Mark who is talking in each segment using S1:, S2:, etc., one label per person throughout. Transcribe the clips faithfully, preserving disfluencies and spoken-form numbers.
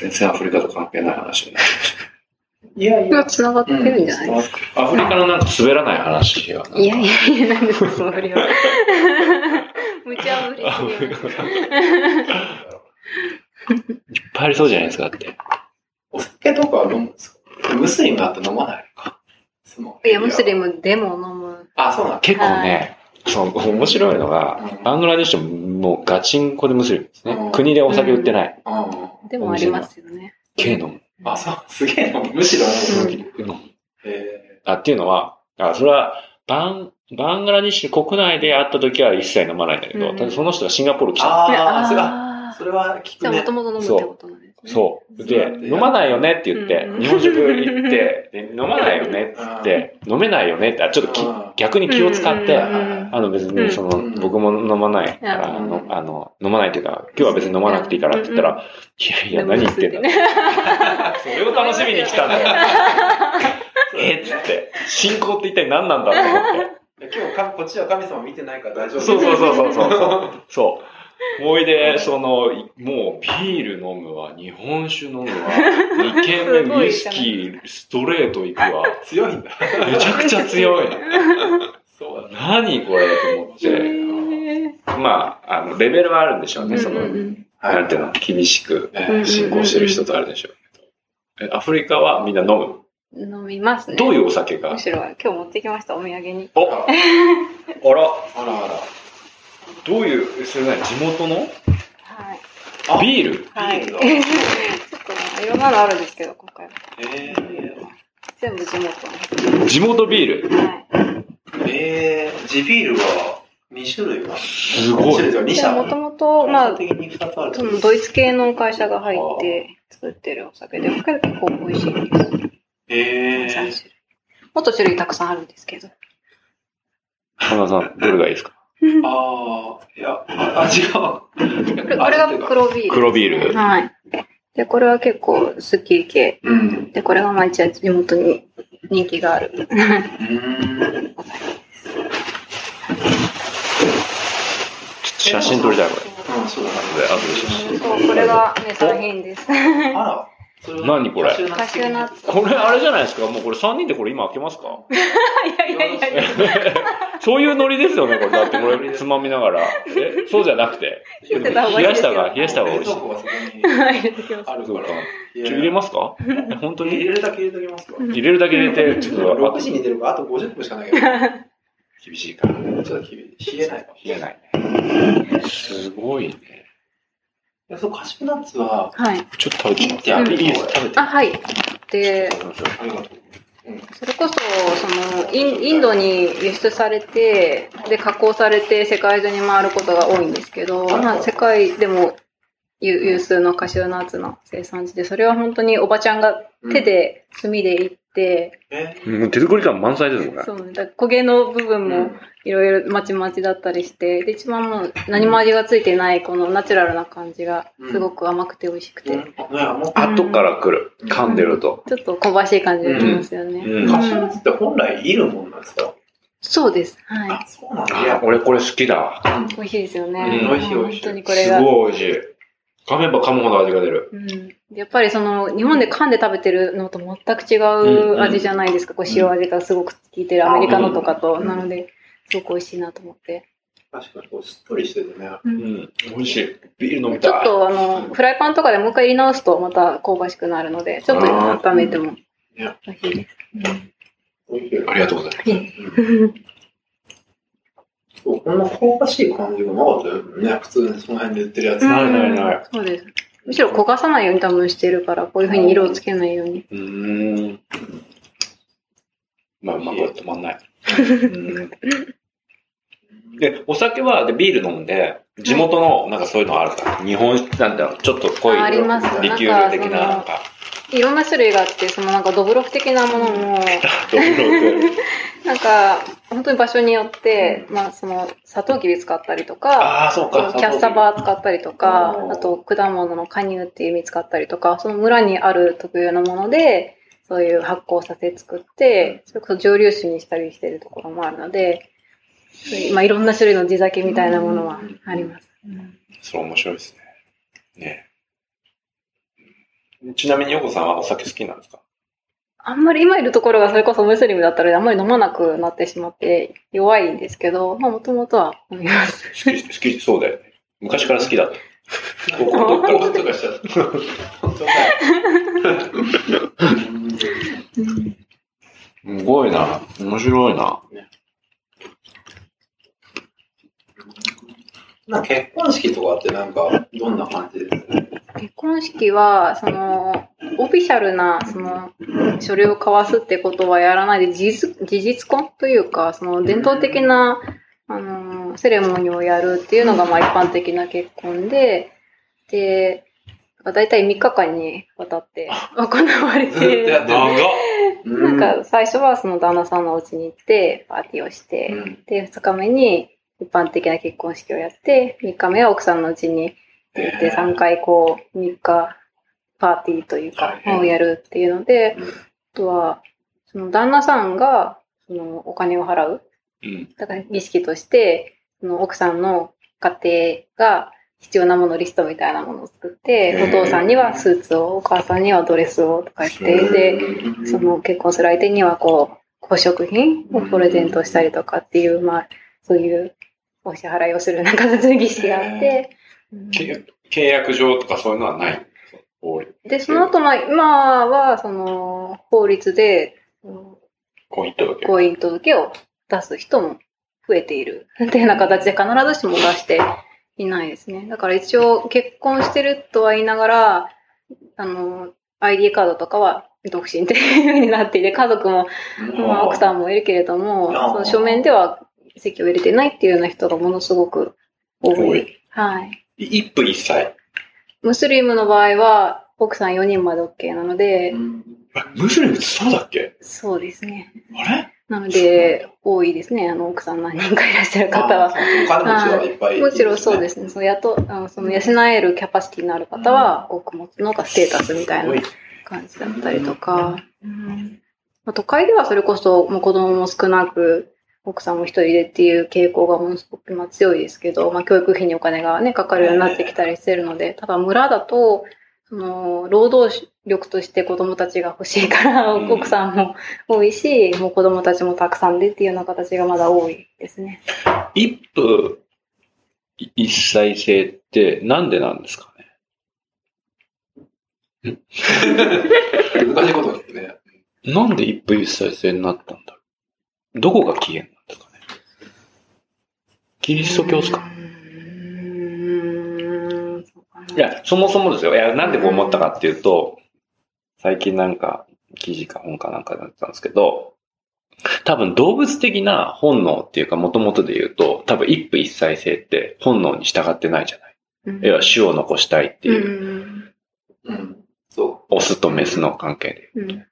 S1: 全然アフリカと関係ない話になって
S2: いやいや。
S3: 繋がってるんじゃないですか。
S1: うん、アフリカのなんか滑らない話は。
S3: いやいやいや、なんですか、その振りは。無茶ぶりすぎる。
S1: いっぱいありそうじゃないですか、だって。
S2: お酒とかは飲むんですか？ムスリムだって飲まないのか。
S3: いや、ムスリムでも飲む。
S2: あ、そうなんだ。
S1: 結構ね、そう、面白いのが、うん、バングラデシュもガチンコでムスリムですね。うん、国でお酒売ってない。
S3: うん、でもありますよね。
S1: 系飲む。
S2: あ、そう、すげえ飲む。むしろ飲む。
S1: うん、へあっていうのは、あ、それは、バン、バングラデシュ国内で会った時は一切飲まないんだけど、うん、ただその人がシンガポール来た。
S2: ああ、それは、それは聞くね。
S3: じゃあもともと飲むってことなんですね。
S1: そう。で、飲まないよねって言って、うん、日本食行って、で飲まないよねって言って、飲めないよねって、ちょっとき逆に気を使って、あの別にその、僕も飲まないから、あの、あの飲まないっていうか、今日は別に飲まなくていいからって言ったら、いやいや、何言ってんだ。それを楽しみに来たんだよ。えっつって、信仰って一体何なんだと思って。
S2: 今日か、こっちは神様見てないから大丈夫。
S1: そうそうそうそうそう。そう。おいで、その、もうビール飲むわ、日本酒飲むわ、にけんめウイスキー、ストレート行くわ。
S2: 強いんだ。
S1: めちゃくちゃ強い。そうだ。何これと思って。まあ、あの、レベルはあるんでしょうね、その、なんていうの、厳しく信仰してる人とあるでしょうけど。アフリカはみんな飲む？
S3: 飲みますね。
S1: どういうお酒が？
S3: むしろ今日持ってきました、お土産に。
S1: おあら。あら
S2: あら。
S1: どういう、それ何、地元の？
S3: はい。
S1: あ、ビール？
S3: はい。
S2: ビールだ。
S3: ちょっといろんなのあるんですけど、今回は。
S2: え
S3: ー、全部地元
S1: の。地元ビール？
S3: はい。
S2: えー、地ビールはに種類は
S1: すごい。
S2: に社。
S3: もともと、まあ、ドイツ系の会社が入って作ってるお酒で、結構美味しいです。
S2: えー。
S3: さん種類。もっと種類たくさんあるんですけど。
S1: 花田さん、どれがいいですか？
S2: ああ、いや、味が。
S3: これが黒ビール。
S1: 黒ビール。
S3: はい。で、これは結構スッキリ系。うん、で、これがまあ一応地元に人気がある。うん。
S1: 写真撮りたい、こ
S2: れ。うん、そうだね。
S1: 後で写真。
S3: そう、これが名産品です。
S2: あら。
S1: 何これ？
S3: カシューナッツ。
S1: これあれじゃないですか？もうこれさんにんでこれ今開けますか？
S3: いやいやいやいや。
S1: そういうノリですよね、これ。だってこれつまみながら。え、そうじゃなくて。冷やしたが、冷やしたが美味しい。
S3: はい、
S2: あるから。
S1: 入れますか？本当に
S2: 入れるだけ入れときますか？
S1: 入れるだけ入れて、ちょっと。
S2: ろくじに出るからあとごじゅっぷんしかないけど。
S1: 厳しいから。ち
S2: ょっと冷えないか。
S1: 冷えないね。すごいね。
S2: いや、そう、カシューナッツは、
S3: はい。
S1: ちょっと食べてみて。あ、いいです、食べて。
S3: あ、はい。で、
S2: ありがとう。
S3: それこそ、そのイン、インドに輸出されて、で、加工されて世界中に回ることが多いんですけど、まあ、世界でも有数のカシューナッツの生産地で、それは本当におばちゃんが手で、炭でいって、
S1: うん、手作り感満載ですもんね。
S3: そう、だ焦げの部分もいろいろまちまちだったりして、で、一番もう何も味がついてないこのナチュラルな感じがすごく甘くて美味しくて。うん
S1: うん、後から来る。噛んでると。
S3: ちょっと香ばしい感じがしますよね。
S2: うんうん、カシューナッツって本来いるもんなんですか？
S3: そうです。はい。
S2: あ、そうなんだ。
S1: いや、俺これ好きだ。
S3: 美味しいですよね。
S2: うん、美味しい美味しい。
S3: 本当にこれが。
S1: すごい美味しい。噛めば噛むほど味が出る。
S3: うん、やっぱりその、日本で噛んで食べてるのと全く違う味じゃないですか。うん、こう塩味がすごく効いてるアメリカのとかと。うん、なので、すごく美味しいなと思って。
S2: 確かにこうしっとりしててね。
S1: うん。美味しい。ビール飲みたい。
S3: ちょっとあの、フライパンとかでもう一回入れ直すとまた香ばしくなるので、ちょっと温めても美味しいです。
S1: うん、ありがとうございます。
S2: そう、こんな香ばしい感じがなかったよね。普通にその辺で売ってるやつ。
S1: ないないない。
S3: そうです。むしろ焦がさないように多分してるから、こういう風に色をつけないように。
S1: うーん。まあ、まあ、これ止まんない。うんで、お酒は、で、ビール飲んで、地元の、なんかそういうのあるか、日本酒なんだろう、ちょっと濃い、
S3: あります。
S1: リキュール的な、なんか。
S3: いろんな種類があって、そのなんかドブロフ的なものも、
S1: ドブロフ
S3: なんか、本当に場所によって、まあその、サトウキビ使ったりとか、
S1: あそうか
S3: キャッサバ使ったりとか、あと果物のカニューっていう意味使ったりとか、その村にある特有のもので、そういう発酵させ作って、それこそ蒸留酒にしたりしてるところもあるので、まあいろんな種類の地酒みたいなものはあります。
S1: うん、それ面白いですね。ね。 ちなみにヨコさんはお酒好きなんですか？
S3: あんまり今いるところがそれこそムスリムだったらあんまり飲まなくなってしまって弱いんですけど、まあもともとは飲みます。
S1: 好き、好きそうだよね。昔から好きだった。どこどっからとかしちゃった。本当かい。すごいな。面白いな。
S2: なんか結婚式とかってなんかどんな感じですか？
S3: 結婚式はそのオフィシャルなその書類を交わすってことはやらないで事実、事実婚というかその伝統的なあのセレモニーをやるっていうのがまあ一般的な結婚で、でだいたいみっかかんにわたって行われて、なんか最初はその旦那さんのお家に行ってパーティーをして、うん、でふつかめに一般的な結婚式をやって、みっかめは奥さんの家に行ってさんかいこうみっかパーティーというかをやるっていうので、あとはその旦那さんがそのお金を払う、うん、だから儀式としてその奥さんの家庭が必要なものリストみたいなものを作って、お父さんにはスーツを、お母さんにはドレスをとか言って、で、その結婚する相手にはこう、宝飾品をプレゼントしたりとかっていう、まあ、そういうお支払いをするなんかそういう儀式があって、
S1: うん、契約上とかそういうのはない？
S3: で、その後、まあ、今は、その、法律で、
S1: 婚姻届
S3: 婚姻届を出す人も増えている。っていうような形で必ずしも出していないですね。だから一応結婚してるとは言いながら、あの、アイディー カードとかは独身っていう風になっていて、家族も、まあ、奥さんもいるけれども、その書面では籍を入れてないっていうような人がものすごく多い。多い。はい。
S1: 一夫一妻。
S3: ムスリムの場合は、奥さんよにんまで OK なので、うん、
S1: ムスリムってそうだっけ？
S3: そうですね。
S1: あれ？
S3: なので、多いですね。あの、奥さん何人かいらっしゃる方は。
S2: お金持ちはいっぱいいる、ね。
S3: もちろんそうですね。その、やと、あの、その、養えるキャパシティのある方は、多く持つのがステータスみたいな感じだったりとか。うん、都会ではそれこそ、もう子供も少なく、奥さんも一人でっていう傾向がものすごく今強いですけど、まあ、教育費にお金がね、かかるようになってきたりしてるので、ただ村だと、その、労働力として子供たちが欲しいから、うん、奥さんも多いし、もう子供たちもたくさんでっていうような形がまだ多いですね。
S1: 一夫一妻制ってなんでなんですか
S2: ね？難しいことですね。
S1: なんで一夫一妻制になったんだろう？どこが起源なんですかね？キリスト教ですか？いや、そもそもですよ。いや、なんでこう思ったかっていうと、最近なんか、記事か本かなんかだったんですけど、多分動物的な本能っていうか元々で言うと、多分一夫一妻制って本能に従ってないじゃない。うん、要は種を残したいっていう。うんうん、そう。オスとメスの関係で言うと。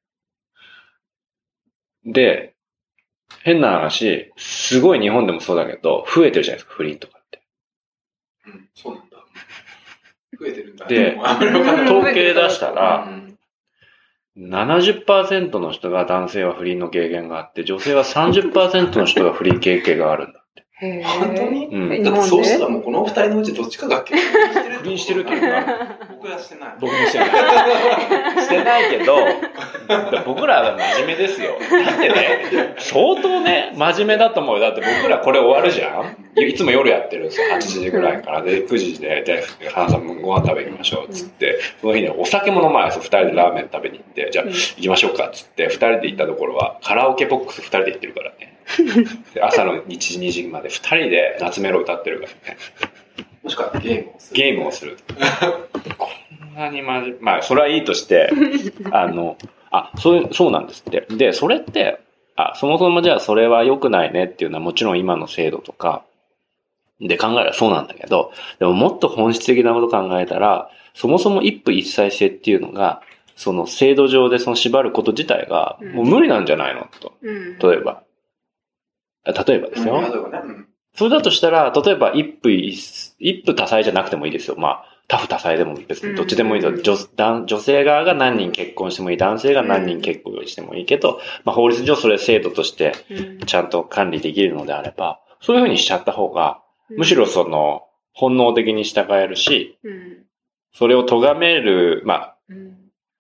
S1: うん、で、変な話、すごい日本でもそうだけど、増えてるじゃないですか、不倫とかって。
S2: うん、そうなんだ。増えてるんだ。
S1: で、統計出したら、ななじゅっパーセント の人が男性は不倫の経験があって、女性は さんじゅっパーセント の人が不倫経験があるんだって。
S3: へー。
S2: 本当に？
S1: うん。
S2: だってそうしたらもうこの二人のうちどっちかが結婚してる。
S1: 不倫してるっていうのが。
S2: 僕はしてない。
S1: 僕もしてない。してないけど、僕らは真面目ですよ。だってね、相当ね、真面目だと思うよ。だって僕らこれ終わるじゃん？いつも夜やってるんですよ。はちじぐらいから。で、くじで、で、花さんもご飯食べ行きましょう。つって、その日にお酒も飲まないですよ。二人でラーメン食べに行って、じゃあ行きましょうか。つって、二人で行ったところは、カラオケボックス二人で行ってるからね。で朝のいちじにじまで二人で夏メロ歌ってるからね。
S2: もしくはゲームをする。
S1: ゲームをする。こんなにまじ、まあ、それはいいとして、あの、あ、そう、そうなんですって。で、それって、あ、そもそもじゃあそれは良くないねっていうのはもちろん今の制度とかで考えればそうなんだけど、でももっと本質的なこと考えたら、そもそも一夫一妻制っていうのが、その制度上でその縛ること自体がもう無理なんじゃないのと。うん、例えば。例えばですよ。うんそれだとしたら、例えば一夫一、一夫多妻じゃなくてもいいですよ。まあ、多夫多妻でも別にどっちでもいいですよ。女、女性側が何人結婚してもいい、男性が何人結婚してもいいけど、まあ法律上それ制度としてちゃんと管理できるのであれば、そういうふうにしちゃった方が、むしろその、本能的に従えるし、それを咎める、まあ、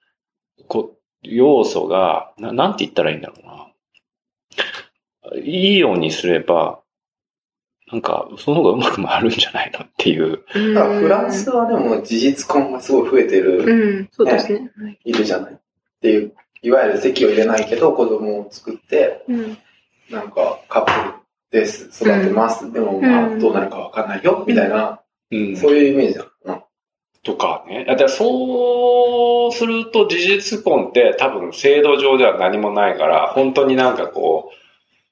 S1: こ要素がな、なんて言ったらいいんだろうな。いいようにすれば、なんか、その方がうまく回るんじゃないのっていう。
S2: だからフランスはでも事実婚がすごい増えてる。
S3: うん、そうですね。
S2: ね、いるじゃないっていう、いわゆる籍を入れないけど子供を作って、うん、なんかカップルです、育てます。うん、でもまあどうなるかわかんないよ、みたいな、うん、そういうイメージだな。
S1: とかね。だからそうすると事実婚って多分制度上では何もないから、本当になんかこう、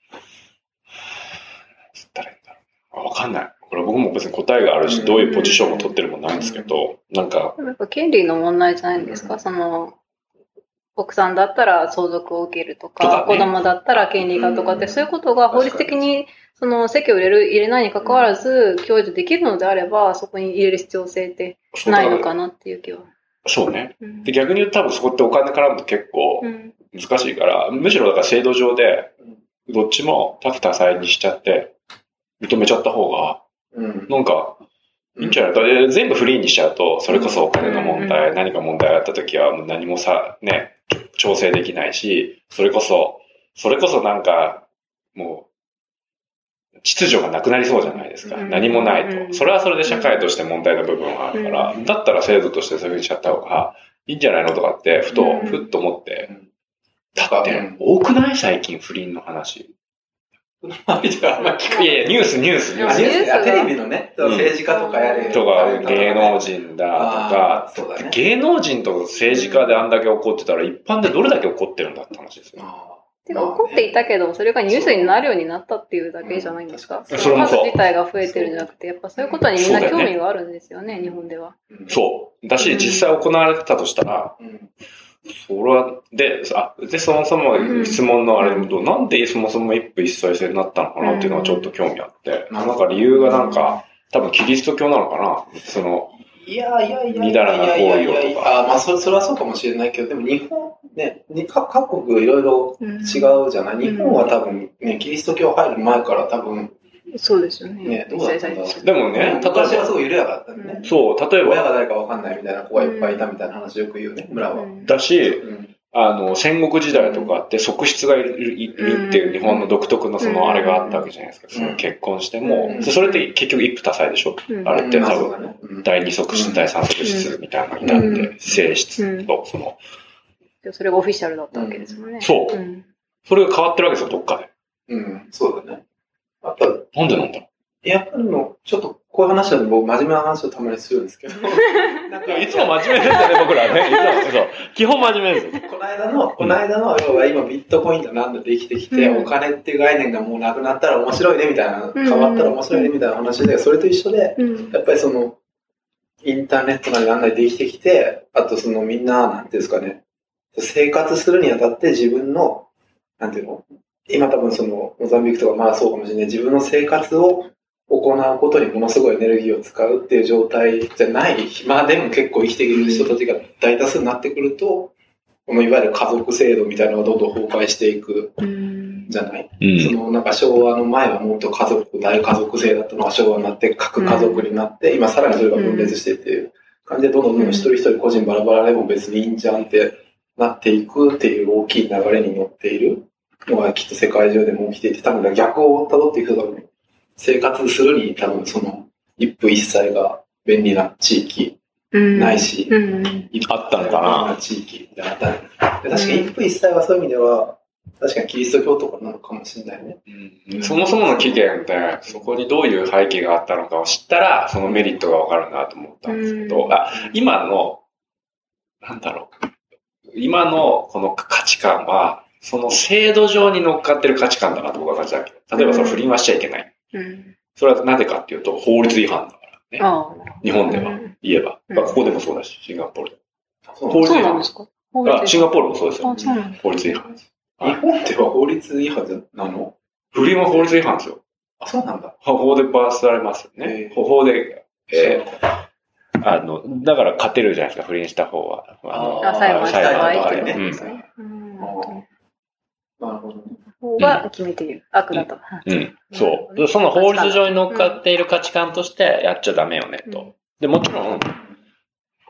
S1: つったらいいんだろう。わかんない。これ僕も別に答えがあるし、どういうポジションを取ってるもないんですけど、なんか。
S3: やっぱ権利の問題じゃないんですか、その、奥さんだったら相続を受けるとか、とかね、子供だったら権利がとかって、そういうことが法律的に、その籍を入れる、入れないに関わらず、享受できるのであれば、そこに入れる必要性ってないのかなっていう気は。
S1: そうね。うん、で、逆に言うと多分そこってお金絡むと結構難しいから、うん、むしろだから制度上で、どっちも多夫多妻にしちゃって、認めちゃった方が、うん、なんか、いいんじゃない、うん、全部フリーにしちゃうと、それこそお金の問題、うん、何か問題あった時はもう何もさ、ね、調整できないし、それこそ、それこそなんか、もう、秩序がなくなりそうじゃないですか。うん、何もないと。それはそれで社会として問題の部分があるから、うん、だったら制度としてそういうふうにしちゃった方がいいんじゃないのとかって、ふと、うん、ふっと思って。だって、多くない最近不倫の話。あんま聞く。いやいや、ニュース、ニュース、ニュース。
S2: ニューステレビのね、政治家とかやる。
S1: とか、芸能人だとか、ね、芸能人と政治家であんだけ怒ってたら、一般でどれだけ怒ってるんだって話ですよ。
S3: てか怒っていたけど、それがニュースになるようになったっていうだけじゃないんですか。その数自体が増えてるんじゃなくて、やっぱそういうことにみんな興味があるんですよね、日本では。
S1: そう。だし、実際行われてたとしたら、それは、で、あ、で、そもそも質問のあれも、うん、なんでそもそも一夫一妻制になったのかなっていうのはちょっと興味あって、うん、なんか理由がなんか、多分キリスト教なのかな、その、
S2: いやいやいや
S1: みだらな行為をとか。
S2: あ、まあそれ、それはそうかもしれないけど、でも日本、ね、各国いろいろ違うじゃない、うん、日本は多分ね、キリスト教入る前から多分、
S3: そうですよね。
S2: ね、どうだったんだろう。
S1: でもね、
S2: 昔はすごい緩やかだったんでね。
S1: そう、例えば。
S2: 親が誰かわかんないみたいな子がいっぱいいたみたいな話よく言うね、村は。
S1: だし、うんあの、戦国時代とかって側室がいる、いるっていう日本の独特のそのあれがあったわけじゃないですか。その結婚しても、それって結局一夫多妻でしょ、あれって多分、第二側室、第三側室みたいなのがいたんで、正室と、その。
S3: それがオフィシャルだったわけですもんね。
S1: そう。それが変わってるわけですよ、どっかで。
S2: うん、そうだね。
S1: やっぱなんでなんだろう。
S2: やっぱりもう、ちょっと、こういう話は僕、真面目な話をたまにするんですけど。
S1: なんかいつも真面目ですよね、僕らね。いつも、そう。基本真面目ですよ。
S2: この間の、この間の、要は今ビットコインが何度できてきて、うん、お金っていう概念がもうなくなったら面白いね、みたいな、変わったら面白いね、みたいな話で、それと一緒で、うん、やっぱりその、インターネットなり何なりできてきて、あとそのみんな、なんていうんですかね、生活するにあたって自分の、なんていうの今多分その、モザンビークとかまあそうかもしれない。自分の生活を行うことにものすごいエネルギーを使うっていう状態じゃない、まあでも結構生きている人たちが大多数になってくると、このいわゆる家族制度みたいなのがどんどん崩壊していくじゃない、うん、そのなんか昭和の前はもっと家族、大家族制だったのが昭和になって核家族になって、うん、今さらにそれが分裂してっていう感じでどんどんどんどん一人一人個人バラバラでも別にいいんじゃんってなっていくっていう大きい流れに乗っているのがきっと世界中でも起きていて、多分逆を辿っていくと多分生活するに多分その一夫一妻が便利な地域ないし、
S1: うんうん、あったのかな
S2: 地域であったり。確かに一夫一妻はそういう意味では、確かにキリスト教とかなのかもしれないね。
S1: うん、そもそもの起源で、そこにどういう背景があったのかを知ったら、そのメリットがわかるなと思ったんですけど、うん、あ今の、なんだろう、今のこの価値観は、その制度上に乗っかってる価値観だなと僕は感じたわけ。例えばその不倫はしちゃいけない。うん、それはなぜかっていうと、法律違反だからね。あ日本では言えば。うん、ここでもそうだし、シンガポールで。
S3: 法律違反ですか？
S1: あシンガポールもそうですよ。法律違反です。
S2: 日本では法律違反なの？
S1: 不倫は法律違反ですよ。
S2: あ、そうなんだ。
S1: 法で罰されますよね。法で、えー、あの、だから勝てるじゃないですか、不倫した方は。
S3: あの、あ最後までした場合って
S2: ね。
S3: う
S2: ん。なるほど。
S3: 法が決めている。悪だと。
S1: うん。そう。その法律上に乗っかっている価値観としてやっちゃダメよね、と。で、もちろん、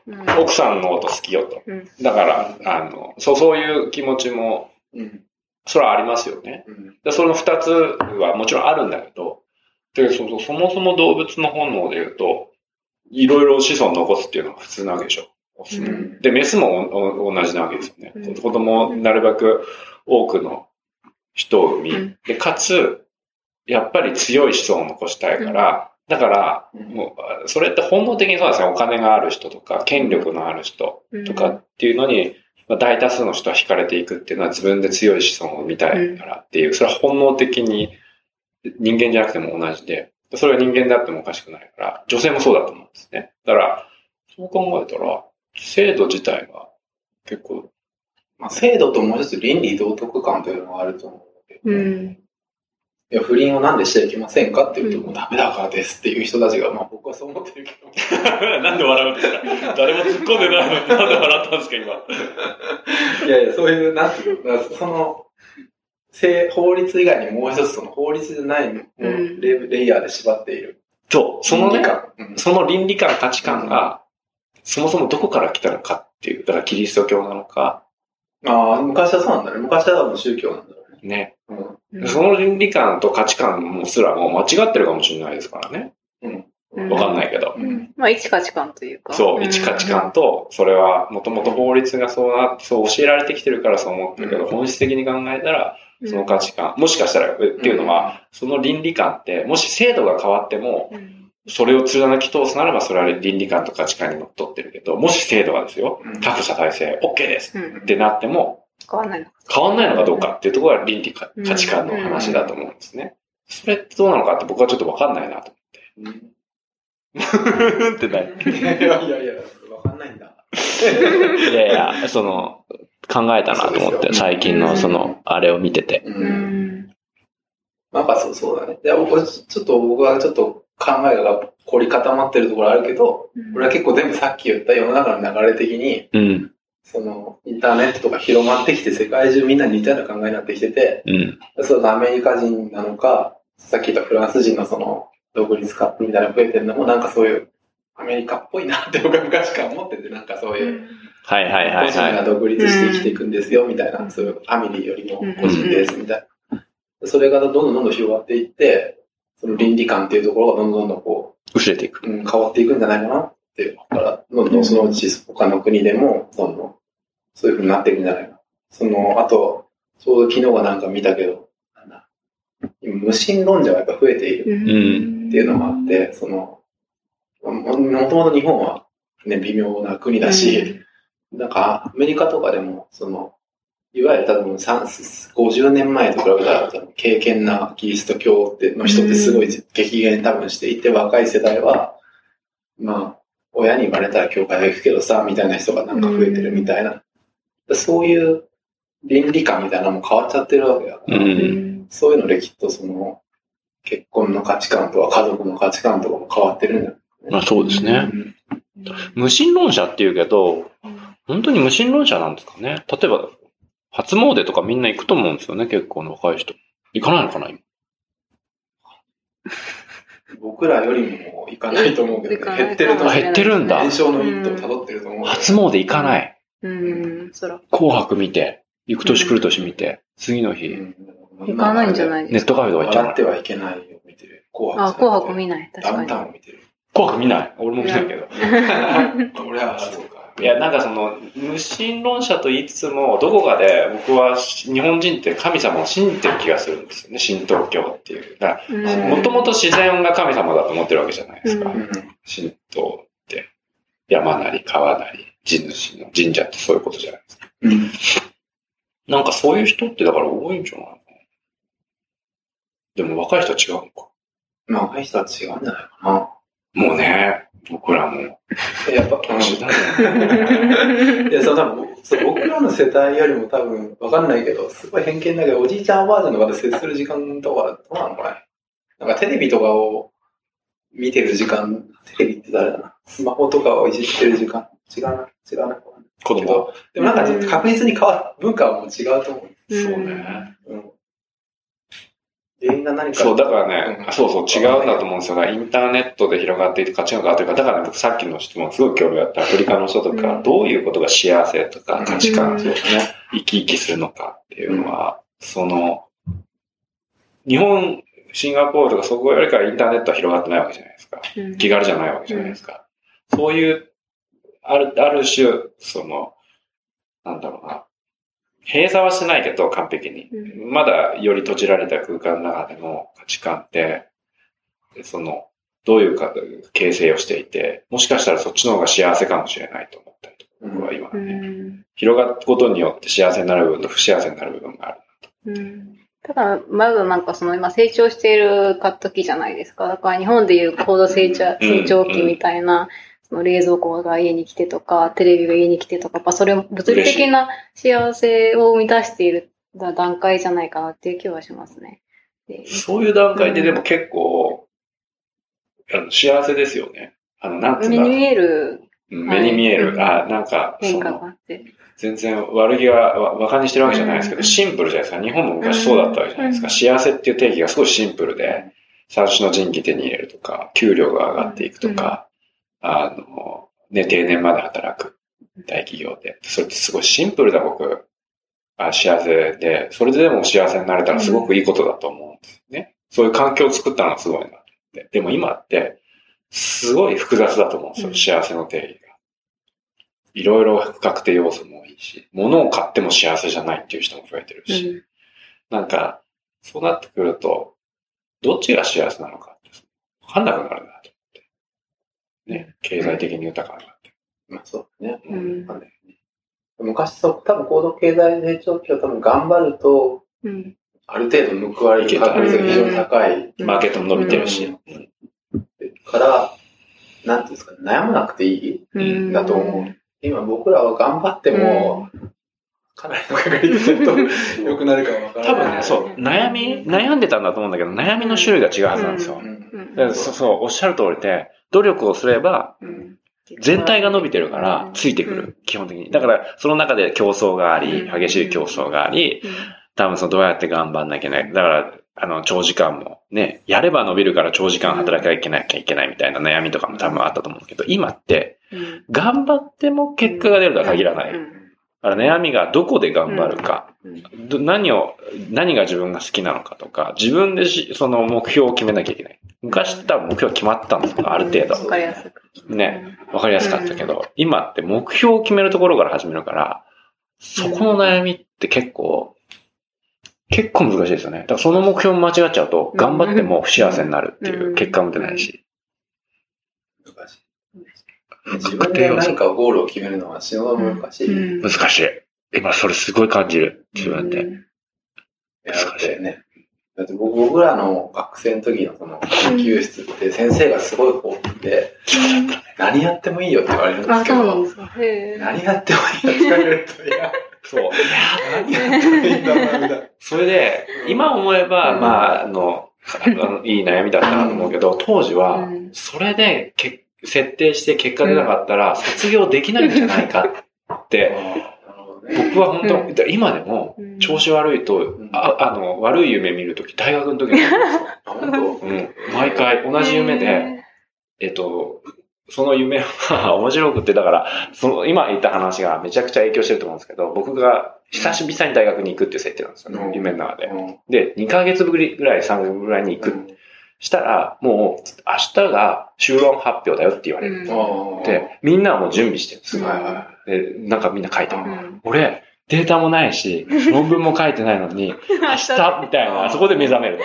S3: うん、
S1: 奥さんのこと好きよと。うん、だから、あの、そう、そういう気持ちも、うん、それはありますよね。うん、でその二つはもちろんあるんだけど、でそそそもそも動物の本能で言うと、いろいろ子孫を残すっていうのは普通なわけでしょ。うん、で、メスも同じなわけですよね。うん、子供をなるべく多くの人を産み、うん、で、かつ、やっぱり強い子孫を残したいから、うん、だから、もう、それって本能的にそうですね、お金がある人とか、権力のある人とかっていうのに、まあ、大多数の人は惹かれていくっていうのは自分で強い子孫を産みたいからっていう、それは本能的に人間じゃなくても同じで、それは人間であってもおかしくないから、女性もそうだと思うんですね。だから、そう考えたら、制度自体が結構、
S2: まあ、制度ともう一つ倫理道徳観というのがあると思うけど、ね、うん、いや不倫をなんでしちゃいけませんかって言うと、もうダメだからですっていう人たちが、まあ僕はそう思ってるけど。
S1: なんで笑うんですか？誰も突っ込んでないのになんで笑ったんですか、今。
S2: いやいや、そういう、なんていうの、その、法律以外にもう一つその法律じゃないのをレ、うん、レイヤーで縛っている。
S1: そう、そのね、うん、その倫理観、価値観が、そもそもどこから来たのかっていう、だからキリスト教なのか。
S2: ああ、昔はそうなんだね。昔は多分宗教なんだろうね。
S1: ね。うん、その倫理観と価値観もすらも間違ってるかもしれないですからね。うん。わかんないけど。
S3: うん、まあ、一価値観というか。
S1: そう、一価値観と、それはもともと法律がそうな、そう教えられてきてるからそう思ってるけど、うん、本質的に考えたら、その価値観、もしかしたら、っていうのは、その倫理観って、もし制度が変わっても、それを貫き通すならば、それは倫理観と価値観にのっとってるけど、もし制度がですよ、多夫者体制 OK ですってなっても、
S3: 変わんないのか。
S1: 変わんないのかどうかっていうところが倫理価値観の話だと思うんですね。それってどうなのかって僕はちょっとわかんないなと思って。うん。ってない。
S2: いやいやいや、わかんないんだ。
S1: いやいや、その、考えたなと思って、最近のその、あれを見てて。うん。
S2: なんかそう、そうだね。いや、僕はちょっと、僕はちょっと考えが凝り固まってるところあるけど、うん、俺は結構全部さっき言った世の中の流れ的に、うん、その、インターネットとか広まってきて、世界中みんな似たような考えになってきてて、うん、そのアメリカ人なのか、さっき言ったフランス人のその、独立カップみたいなの増えてるのも、なんかそういう、アメリカっぽいなって僕は昔から思ってて、なんかそういう、
S1: はいはいはい、はい。
S2: 個人が独立して生きていくんですよ、みたいな、そういうファミリーよりも個人です、みたいな。それがどんどんどんどん広がっていって、その倫理観っていうところがどんどんどんどんこう、
S1: 薄れていく。
S2: うん、変わっていくんじゃないかなっていう。だから、どんどんそのうち他の国でも、どんどんそういう風になっていくんじゃないかな。その、あと、ちょうど昨日はなんか見たけど、なんだ、無神論者がやっぱ増えているっていうのもあって、その、もともと日本はね、微妙な国だし、うん、なんかアメリカとかでも、その、いわゆる多分ごじゅうねんまえと比べたら多分敬虔なキリスト教っての人ってすごい激減多分していて、うん、若い世代は、まあ、親に言われたら教会は行くけどさ、みたいな人がなんか増えてるみたいな。うん、そういう倫理観みたいなのも変わっちゃってるわけだから、うん、そういうのできっとその、結婚の価値観とか家族の価値観とかも変わってるんだよね。
S1: まあそうですね。うん、無神論者って言うけど、本当に無神論者なんですかね。例えば、初詣とかみんな行くと思うんですよね、結構の若い人。行かないのかな、今。
S2: 僕らよりも行かないと思うけど、ね、減ってると思う。
S1: 減ってるんだ。
S2: 減少の一途を辿ってると思う。
S1: 初詣行かない。
S3: うん、そら。
S1: 紅白見て、行く年来る年見て、次の日。
S3: 行かないんじゃないですか。
S1: ネットカフェとか行っちゃう。
S2: 笑ってはいけないよ、見てる。
S3: 紅白。あ、紅白見ない。確かに。
S2: ダウンタウンを見てる。
S1: 紅白見ない。俺も見ないけど。
S2: 俺は、そうか。
S1: いや、なんかその、無神論者と言いつつも、どこかで僕は日本人って神様を信じてる気がするんですよね、神道教っていう。だから、もともと自然が神様だと思ってるわけじゃないですか。うん、神道って、山なり川なり、地主の神社ってそういうことじゃないですか。うん、なんかそういう人ってだから多いんじゃないのかな。でも若い人は違うのか。
S2: まあ若い人は違うんじゃないかな。
S1: もうね、僕らも。
S2: やっぱ、いや、そう、多分、そう僕らの世代よりも多分、わかんないけど、すごい偏見だけど、おじいちゃんおばあちゃんとかで接する時間とか、どうなのかね。なんかテレビとかを見てる時間、テレビって誰だな。スマホとかをいじってる時間、違うな、違うな。
S1: 子供。
S2: でもなんか確実に変わる、文化はもう違うと思う。
S1: そうね。うん。
S2: 原因が何か。
S1: そう、だからね、うん、そうそう、違うんだと思うんですよ。インターネットで広がっていて価値観があるというか、だからね、僕さっきの質問すごい興味があった。アフリカの人とか、うん、どういうことが幸せとか価値観、うん、そうね、生き生きするのかっていうのは、うん、その、日本、シンガポールとかそこよりかインターネットは広がってないわけじゃないですか。うん、気軽じゃないわけじゃないですか。うん、そういう、ある、ある種、その、なんだろうな。閉鎖はしてないけど、完璧に。うん、まだより閉じられた空間の中での価値観って、その、どういうか形成をしていて、もしかしたらそっちの方が幸せかもしれないと思ったりとか、僕は今ね、うん。広がることによって幸せになる部分と不幸せになる部分があるなと。うん、
S3: ただ、まだなんかその今成長している時じゃないですか。だから日本でいう高度成長、成長期みたいな、その冷蔵庫が家に来てとか、テレビが家に来てとか、やっぱそれも物理的な幸せを満たしている段階じゃないかなっていう気はしますね。
S1: そういう段階ででも結構、うん、あの幸せですよね。あの、なんつう
S3: の。目に見える。
S1: 目に見える。はい、あ、なんか、
S3: 変化があって。
S1: 全然悪気は馬鹿にしてるわけじゃないですけど、うん、シンプルじゃないですか。日本も昔そうだったわけじゃないですか。うん、幸せっていう定義がすごいシンプルで、最初の人気手に入れるとか、給料が上がっていくとか、うん、あの、ね、定年まで働く大企業で。それってすごいシンプルだ、僕。あ、幸せで、それででも幸せになれたらすごくいいことだと思うんですよね。そういう環境を作ったのはすごいなって。でも今って、すごい複雑だと思うんですよ、幸せの定義が。いろいろ不確定要素も多いし、物を買っても幸せじゃないっていう人も増えてるし、うん、なんか、そうなってくると、どっちが幸せなのかって、わかんなくなるなと思って。ね、経済的に豊かになって。
S2: まあそうね。うん、昔そう、多分高度経済成長期は多分頑張ると、うん、ある程度報われる確率が非常に高い。
S1: マーケットも伸びてるし。うん、
S2: から、なんていうんですか、悩まなくていい、うん、だと思う。今僕らは頑張っても、うん、かなりの確率でと良くなるかもわからない。
S1: 多分ね、そう、悩み、悩んでたんだと思うんだけど、悩みの種類が違うはずなんですよ。うん、だからそう、そう、おっしゃる通りで、努力をすれば、うん全体が伸びてるから、ついてくる、うん、基本的に。だから、その中で競争があり、激しい競争があり、うん、多分そのどうやって頑張んなきゃいけない。だから、あの、長時間もね、やれば伸びるから長時間働かなきゃいけないみたいな悩みとかも多分あったと思うけど、今って、頑張っても結果が出るとは限らない。だから悩みがどこで頑張るか、何を、何が自分が好きなのかとか、自分でしその目標を決めなきゃいけない。昔多分目標決まったんですよ、ある程度。
S3: わかりやすく。
S1: ね、わかりやすかったけど、うん、今って目標を決めるところから始めるから、そこの悩みって結構、結構難しいですよね。だからその目標も間違っちゃうと、頑張っても不幸せになるっていう結果も出ないし。
S2: 難しい。自分で何かゴールを決めるのは死ぬほど難しい、うん。
S1: 難しい。今それすごい感じる。自分で。うん、
S2: 難しいね。だって僕、僕らの学生の時のその研究室って先生がすごいこうで、うん、何やってもいいよって言われるんですけど、何やってもいいよって言われると、いや、
S1: そう。いや、何やってもいいんだな、みたいな。それで、今思えば、うん、まあ、あの、あのいい悩みだったなと思うけど、当時は、それでけ設定して結果出なかったら、卒業できないんじゃないかって、僕は本当、うん、今でも調子悪いと、うん、あ, あの悪い夢見るとき、大学の時なんですよ。うん、毎回同じ夢で、えっと、その夢は面白くて、だから、その今言った話がめちゃくちゃ影響してると思うんですけど、僕が久しぶりに大学に行くっていう設定なんですよね、うん、夢の中で、うん。で、にかげつぶりぐらい、さんかげつぐらいに行く。うん、したら、もう明日が修論発表だよって言われる。うん、で、みんなはもう準備してるんですよ。で、なんかみんな書いてる。うん、俺、データもないし、論文も書いてないのに、明日みたいな、そこで目覚める。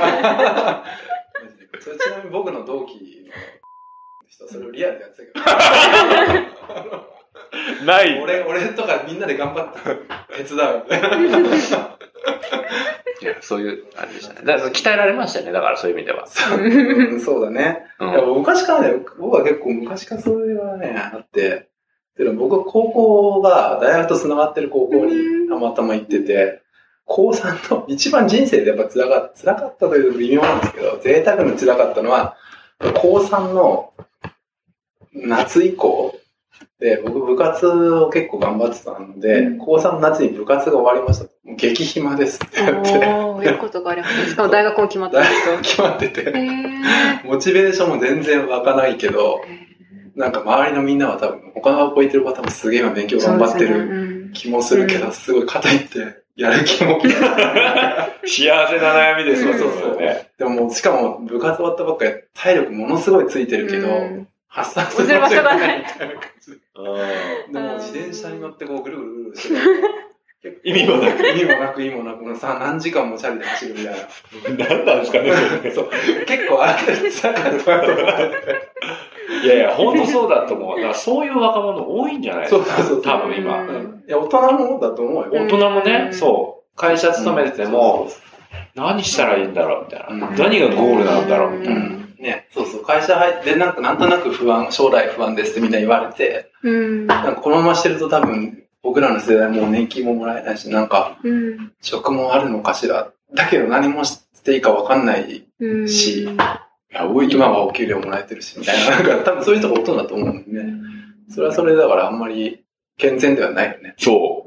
S2: それちなみに僕の同期の人、それをリアルでやってたけど。
S1: ない。
S2: 俺、俺とかみんなで頑張って手伝うみたいな。
S1: いや、そういう、あれでしたね。だから鍛えられましたね。だからそういう意味では。
S2: そうだね。うん、いや昔からね、僕は結構昔からそれはね、あって、でも僕は高校が大学と繋がってる高校にたまたま行ってて、高さんの一番人生でやっぱ辛かった、辛かったというと微妙なんですけど、贅沢に辛かったのは、高さんの夏以降、で、僕部活を結構頑張ってたので、うん、高さんの夏に部活が終わりました。 激暇ですってやって。
S3: おー、いうことがあります。しかも大学も決まってる。
S2: 大学も決まってて。モチベーションも全然湧かないけど、なんか周りのみんなは多分、他の学校行ってる方もすげえ今勉強頑張ってる気もするけど、すごい肩いってやる気も。
S1: 幸せな悩みですよ、そうそうね。
S2: でももう、しかも部活終わったばっかり体力ものすごいついてるけど、発散す
S3: る場所がないみたいな感じ。
S2: でも自転車に乗ってこうぐるぐるぐるして
S1: 意味もなく。
S2: 意味もなく意味もなく、さ、何時間もチャリで走るみたいな。
S1: 何なんですかね、
S2: そう。結構あれ、つらかったなと思って。
S1: いやいや、本当そうだと思う。だからそういう若者多いんじゃないですか。そうそうそう。多分今。
S2: いや、大人もだと思うよ。
S1: 大人もね、そう。会社勤めてても、何したらいいんだろうみたいな。何がゴールなんだろうみたいな。
S2: ね、そうそう。会社入って、なんかなんとなく不安、将来不安ですってみんな言われて、なんかこのまましてると多分、僕らの世代もう年金ももらえないし、なんか、職もあるのかしら。だけど何もしていいか分かんないし、いや今はお給料もらえてるし、みたいな。なんか多分そういう人がほとんどだと思うんでね。それはそれだからあんまり健全ではないよね。
S1: そう。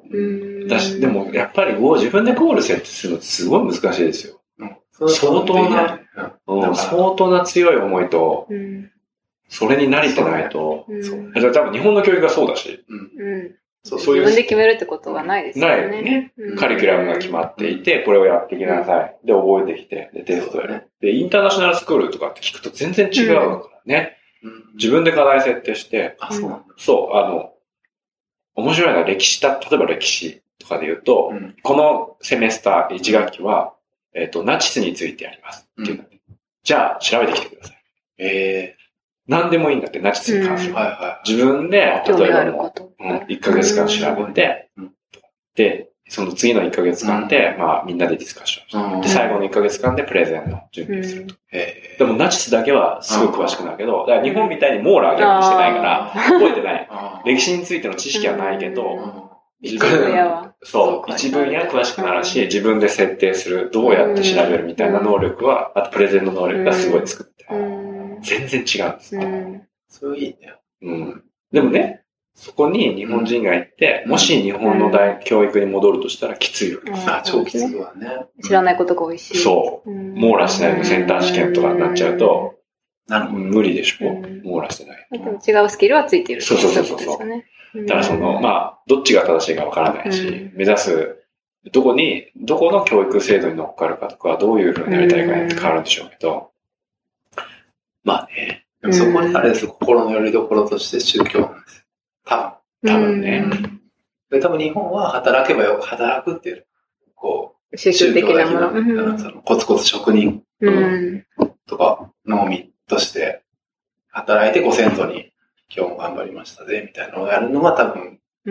S1: だし、でもやっぱり自分でゴール設定するのってすごい難しいですよ。うん、相当な、うん、相当な強い思いと、うん、それに慣れてないと、そうね、そう多分日本の教育がそうだし、
S3: うんそうそういう自分で決めるってことがないですよね。
S1: ないね、うん。カリキュラムが決まっていて、これをやってきなさい。で、覚えてきて、で、テストやる。で、インターナショナルスクールとかって聞くと全然違うからね。うん、自分で課題設定して、
S2: あ、そうなんだ。
S1: そう、あの、面白いのは歴史だ、例えば歴史とかで言うと、うん、このセメスターいち学期は、えっと、ナチスについてやりますっていう、うん。じゃあ、調べてきてください。えー、何でもいいんだって、ナチスに関する。うん、自分で、例えばもう、うん、いっかげつかん調べて、うん、で、その次のいっかげつかんで、うん、まあ、みんなでディスカッションして、うん、で、最後のいっかげつかんでプレゼンの準備をすると。うん、でも、ナチスだけはすごい詳しくなるけど、だから日本みたいに網羅は逆にしてないから、覚えてない。歴史についての知識はないけど、
S3: 自分
S1: はそう、一分野詳しくなるし、自分で設定する、どうやって調べるみたいな能力は、あとプレゼンの能力がすごい作って、全然違うんです。
S2: そういいね。
S1: うん。でもね、そこに日本人が行って、もし日本の大教育に戻るとしたらきついわけです。
S2: あ、超きついわね。
S3: 知らないことが多いし。
S1: そう。網羅しないでセンター試験とかになっちゃうと、無理でしょ。網羅してない。
S3: でも違うスキルはついてる。
S1: そうそうそうそう。だからその、まあ、どっちが正しいかわからないし、うん、目指す、どこに、どこの教育制度に乗っかるかとか、どういうふうになりたいかによって変わるんでしょうけど、うん、まあね。
S2: でもそこにあれです、心の拠り所として宗教なんです。多
S1: 分。多分ね。
S2: うん、で、多分日本は働けばよく働くっていう、こ
S3: う、宗教的なもの。
S2: うん、そのコツコツ職人とか、農民として働いてご先祖に、今日も頑張りましたぜ、みたいなのをやるのが多分、うん、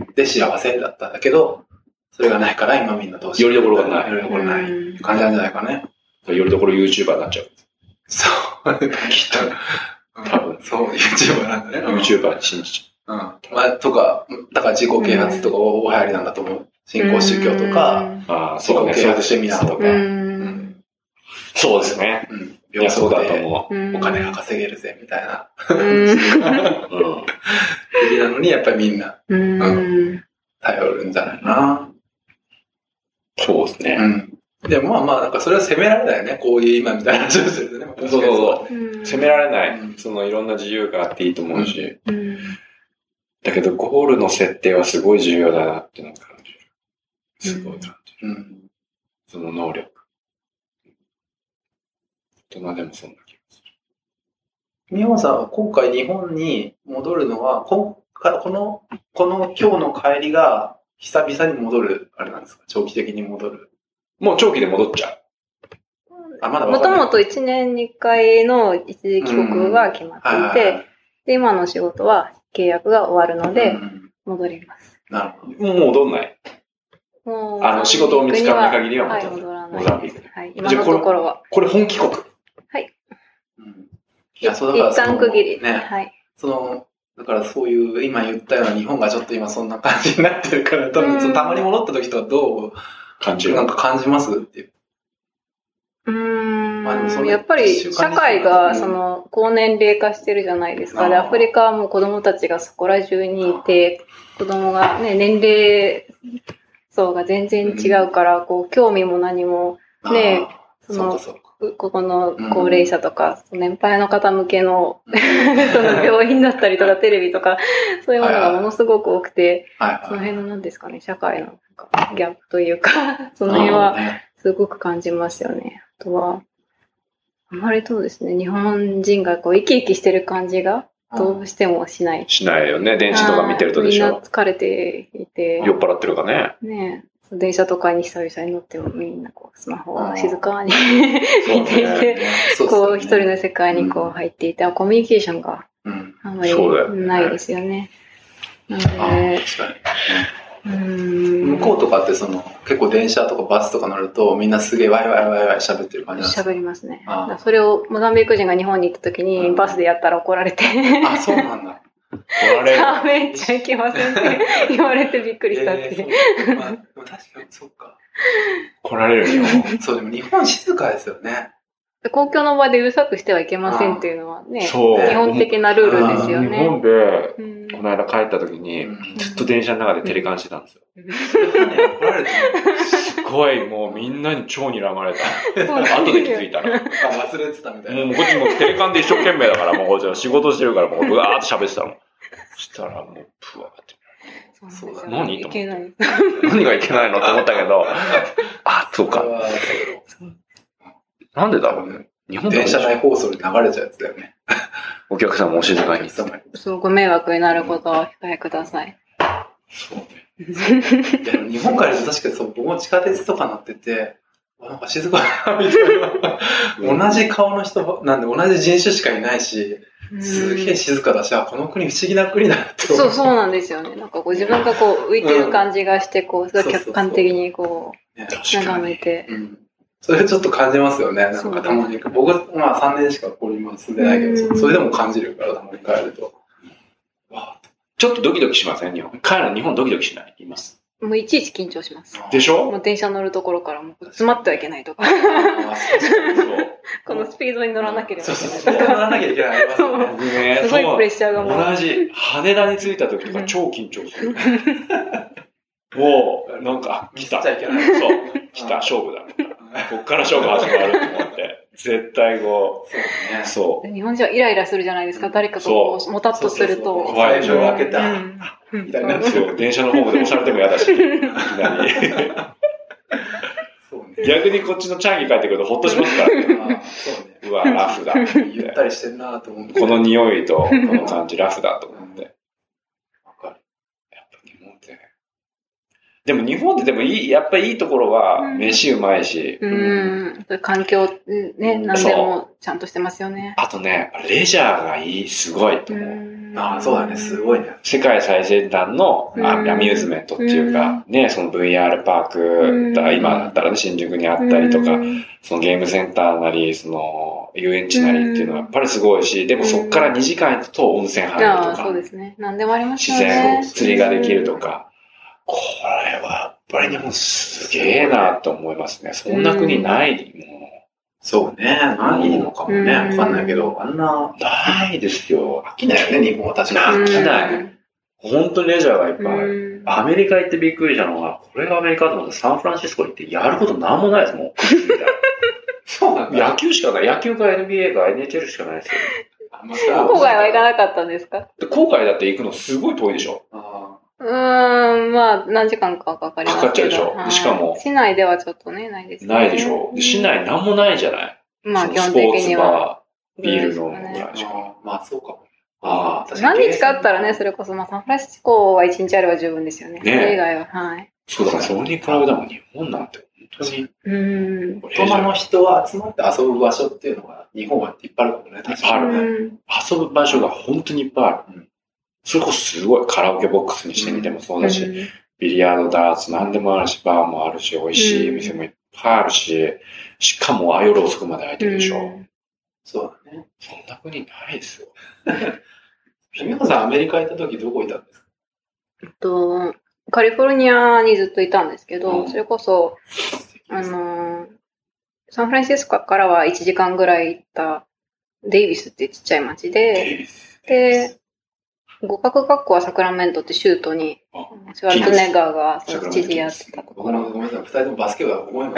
S2: で幸せだったんだけど、それがないから今みんなどうしよう。
S1: よりどころがない。
S2: よりどころない。うん、感じなんじゃないかね。
S1: よりどころ YouTuber になっちゃう。
S2: そう。きっと。多分。そう、YouTuber なんだね。
S1: YouTuber に信じち
S2: ゃう。うん。まあ、とか、だから自己啓発とかお流行りなんだと思う。新興宗教とか、
S1: ああ、
S2: 自己啓発セミナーとか。
S1: そうですね。
S2: うん。いや、そうだと思う。お金が稼げるぜ、みたいな。うん。なのに、やっぱりみんな、うん、頼るんじゃないかな。
S1: そうですね。
S2: うん。でもまあまあ、なんかそれは責められないよね。こういう今みたいな話をするとね。
S1: そうそうそう。責められない。そのいろんな自由があっていいと思うし。うん、だけど、ゴールの設定はすごい重要だなってなんか感じる。すごい感じる。うん、その能力。大人でもそんな気がす
S2: る。宮本さんは今回日本に戻るのは、この、この今日の帰りが久々に戻る、あれなんですか？長期的に戻る。
S1: もう長期で戻っちゃう。
S2: あ、まだ
S3: もともといちねんにいっかいの一時帰国が決まっていて、で、今の仕事は契約が終わるので、戻ります。
S2: なるほ
S1: ど。もう戻んない。もう、あの、仕事を見つからない限りは戻らない。はい、戻らない。モザンビーク。
S3: はい、今のところは。
S1: これ本帰国。
S3: はい。
S2: うん、いや、そうだから
S3: 一旦区切り。
S2: ね。はい。その、だからそういう、今言ったような日本がちょっと今そんな感じになってるから、多分そのたまに戻った時とはどう
S1: 感じる
S2: なんか感じますっていう。
S3: うーん。まあ、でもそのやっぱり社会がその高年齢化してるじゃないですか。で、アフリカはもう子供たちがそこら中にいて、子供がね、年齢層が全然違うから、こう、興味も何も、ね、その、ここの高齢者とか、うん、年配の方向けの、うん、その病院だったりとかテレビとか、そういうものがものすごく多くて、はいはい、その辺の何ですかね、社会のなんかギャップというか、その辺はすごく感じますよね。あとは、あまりそうですね、日本人がこう生き生きしてる感じがどうしてもしない。
S1: しないよね、電池とか見てるとでしょ。
S3: みんな疲れていて。
S1: 酔っ払ってるかね。
S3: ねえ。電車とかに久々に乗ってもみんなこうスマホを静かに見ていて、こう一人の世界にこう入っていて、コミュニケーションがあんまりないですよね。なので、
S2: 向こうとかってその結構電車とかバスとか乗るとみんなすげえワイワイワイワイ喋ってる感じなんですか？
S3: 喋りますね。それをモザンビーク人が日本に行った時にバスでやったら怒られて。
S2: あ、そうなんだ。
S3: 喋っちゃいけませんって言われてびっくりしたって。
S2: えーまあ、でも確かにそうか。
S1: 来られるよ。
S2: そう、でも日本静かですよね。
S3: 公共の場でうるさくしてはいけませんっていうのはね、基本的なルールですよね。
S1: 日本で、この間帰った時に、ずっと電車の中でテレカンしてたんですよ。すごい、もうみんなに超睨まれた。後で気づいたら。
S2: あ、忘れてたみたいな。
S1: もうこっちもテレカンで一生懸命だから、もうこっちは仕事してるから、もうブワーって喋ってたの。そしたらもう、プワーって。
S3: そうだ
S1: 何と思って。
S3: 何
S1: がいけないのと思ったけど、あ、そうか。なんでだろうね。
S2: 日本電車内放送で流れちゃうやつだよね。
S1: お客さんもお静かに。
S3: そう、ご迷惑になることはお控えください。
S2: そうね。いやでも日本から言うと確かにそう、僕も地下鉄とか乗ってて、なんか静かだな、みたいな。同じ顔の人なんで同じ人種しかいないし、すげえ静かだし、あ、この国不思議な国だなって。
S3: そう、そうなんですよね。なんかこう自分がこう浮いてる感じがして、こう、すごい客観的にこう、眺めて。
S2: それちょっと感じますよね。なんかたまに。僕、まあさんねんしかここに今住んでないけど、それでも感じるから、たまに帰ると。
S1: ちょっとドキドキしません？日本。帰る日本ドキドキしない？います。
S3: もういちいち緊張します。
S1: でしょ？
S3: もう電車乗るところからもう詰まってはいけないとか。このスピードに乗らなければいけない。
S2: そうそう、乗らなきゃいけない。
S1: 僕ね、
S3: すごいプレッシャーがもう。
S1: 同じ、羽田に着いた時とか超緊張する。もう、なんか、来た。そう、来た、勝負だ。こっから勝負始まると思って。絶対こう、そう。
S3: 日本人はイライラするじゃないですか。誰かとこう、もたっとすると。
S2: 怖いでしょ、開けた。みたいな。
S1: そう、電車のホームで押されても嫌だし。逆にこっちのチャンギ帰ってくるとほっとしますからね。うわ、ラフだ。
S2: ゆったりしてんなと思って。
S1: この匂いと、この感じ、ラフだと思って。
S2: わかる。
S1: やっぱ日本って。でも日本ってでもいい、やっぱりいいところは、飯うまいし。
S3: うん。うん、環境、ね、何でもちゃんとしてますよね。
S1: あとね、レジャーがいい、すごいと思う。
S2: ああ、そうだね、すごいね。
S1: 世界最先端のアミューズメントっていうか、ね、その ブイアール パークだ、今だったらね、新宿にあったりとか、そのゲームセンターなり、その遊園地なりっていうのはやっぱりすごいし、でもそっからにじかん行くと温泉入るとか、
S3: そうですね。何でもあります
S1: よね。自然、釣りができるとか、これはやっぱり日本すげえなと思いますね。そんな国ないもん。
S2: そうね。ないのかもね。わかんないけど、あんな。
S1: ないですよ。
S2: 飽きないよね、日本は確か
S1: に。飽きない。本当にレジャーがいっぱいある。アメリカ行ってびっくりしたのは、これがアメリカと思ってサンフランシスコ行ってやることなんもないですもん。
S2: そうなんだ。
S1: 野球しかない。野球か エヌビーエー か エヌエイチエル しかないですよ。
S3: 郊外は行かなかったんですか？
S1: 郊外だって行くのすごい遠いでしょ。
S3: うーん、まあ、何時間かかかりますけど。
S1: かかっちゃうでしょ。はい、しかも。
S3: 市内ではちょっとね、ないですね。
S1: ないでしょ。で市内なんもないじゃない。
S3: まあ、基本的には。
S1: ビール飲むぐらいしか。
S2: まあ、そうかも。
S3: ああ、何日かあったらね、それこそ、まあ、サンフランシスコは一日あれば十分ですよね。ね。それ以外は、はい。
S1: そうだから、それに比べたら日本なんて、本当に。
S3: うん。
S2: 大人の人は集まって遊ぶ場所っていうのが、日本はいっぱいあるかもね、確かに。
S1: あるね。遊ぶ場所が本当にいっぱいある。それこそすごいカラオケボックスにしてみてもそうだし、うん、ビリヤード、ダーツ、何でもあるし、バーもあるし、美味しい店もいっぱいあるし、しかも夜遅くまで空いてるでしょ。うん、
S2: そうだね。
S1: そんな国ないですよ。
S2: 美香さん、アメリカ行った時どこいたんですか？
S3: えっと、カリフォルニアにずっといたんですけど、うん、それこそ、あの、サンフランシスコからはいちじかんぐらい行ったデイビスってちっちゃい町で、で、語学学校はサクラメントって州都に、シュワルツェネッガーが知事やってたとこ
S2: みんなふたりともバスケ部だと思います。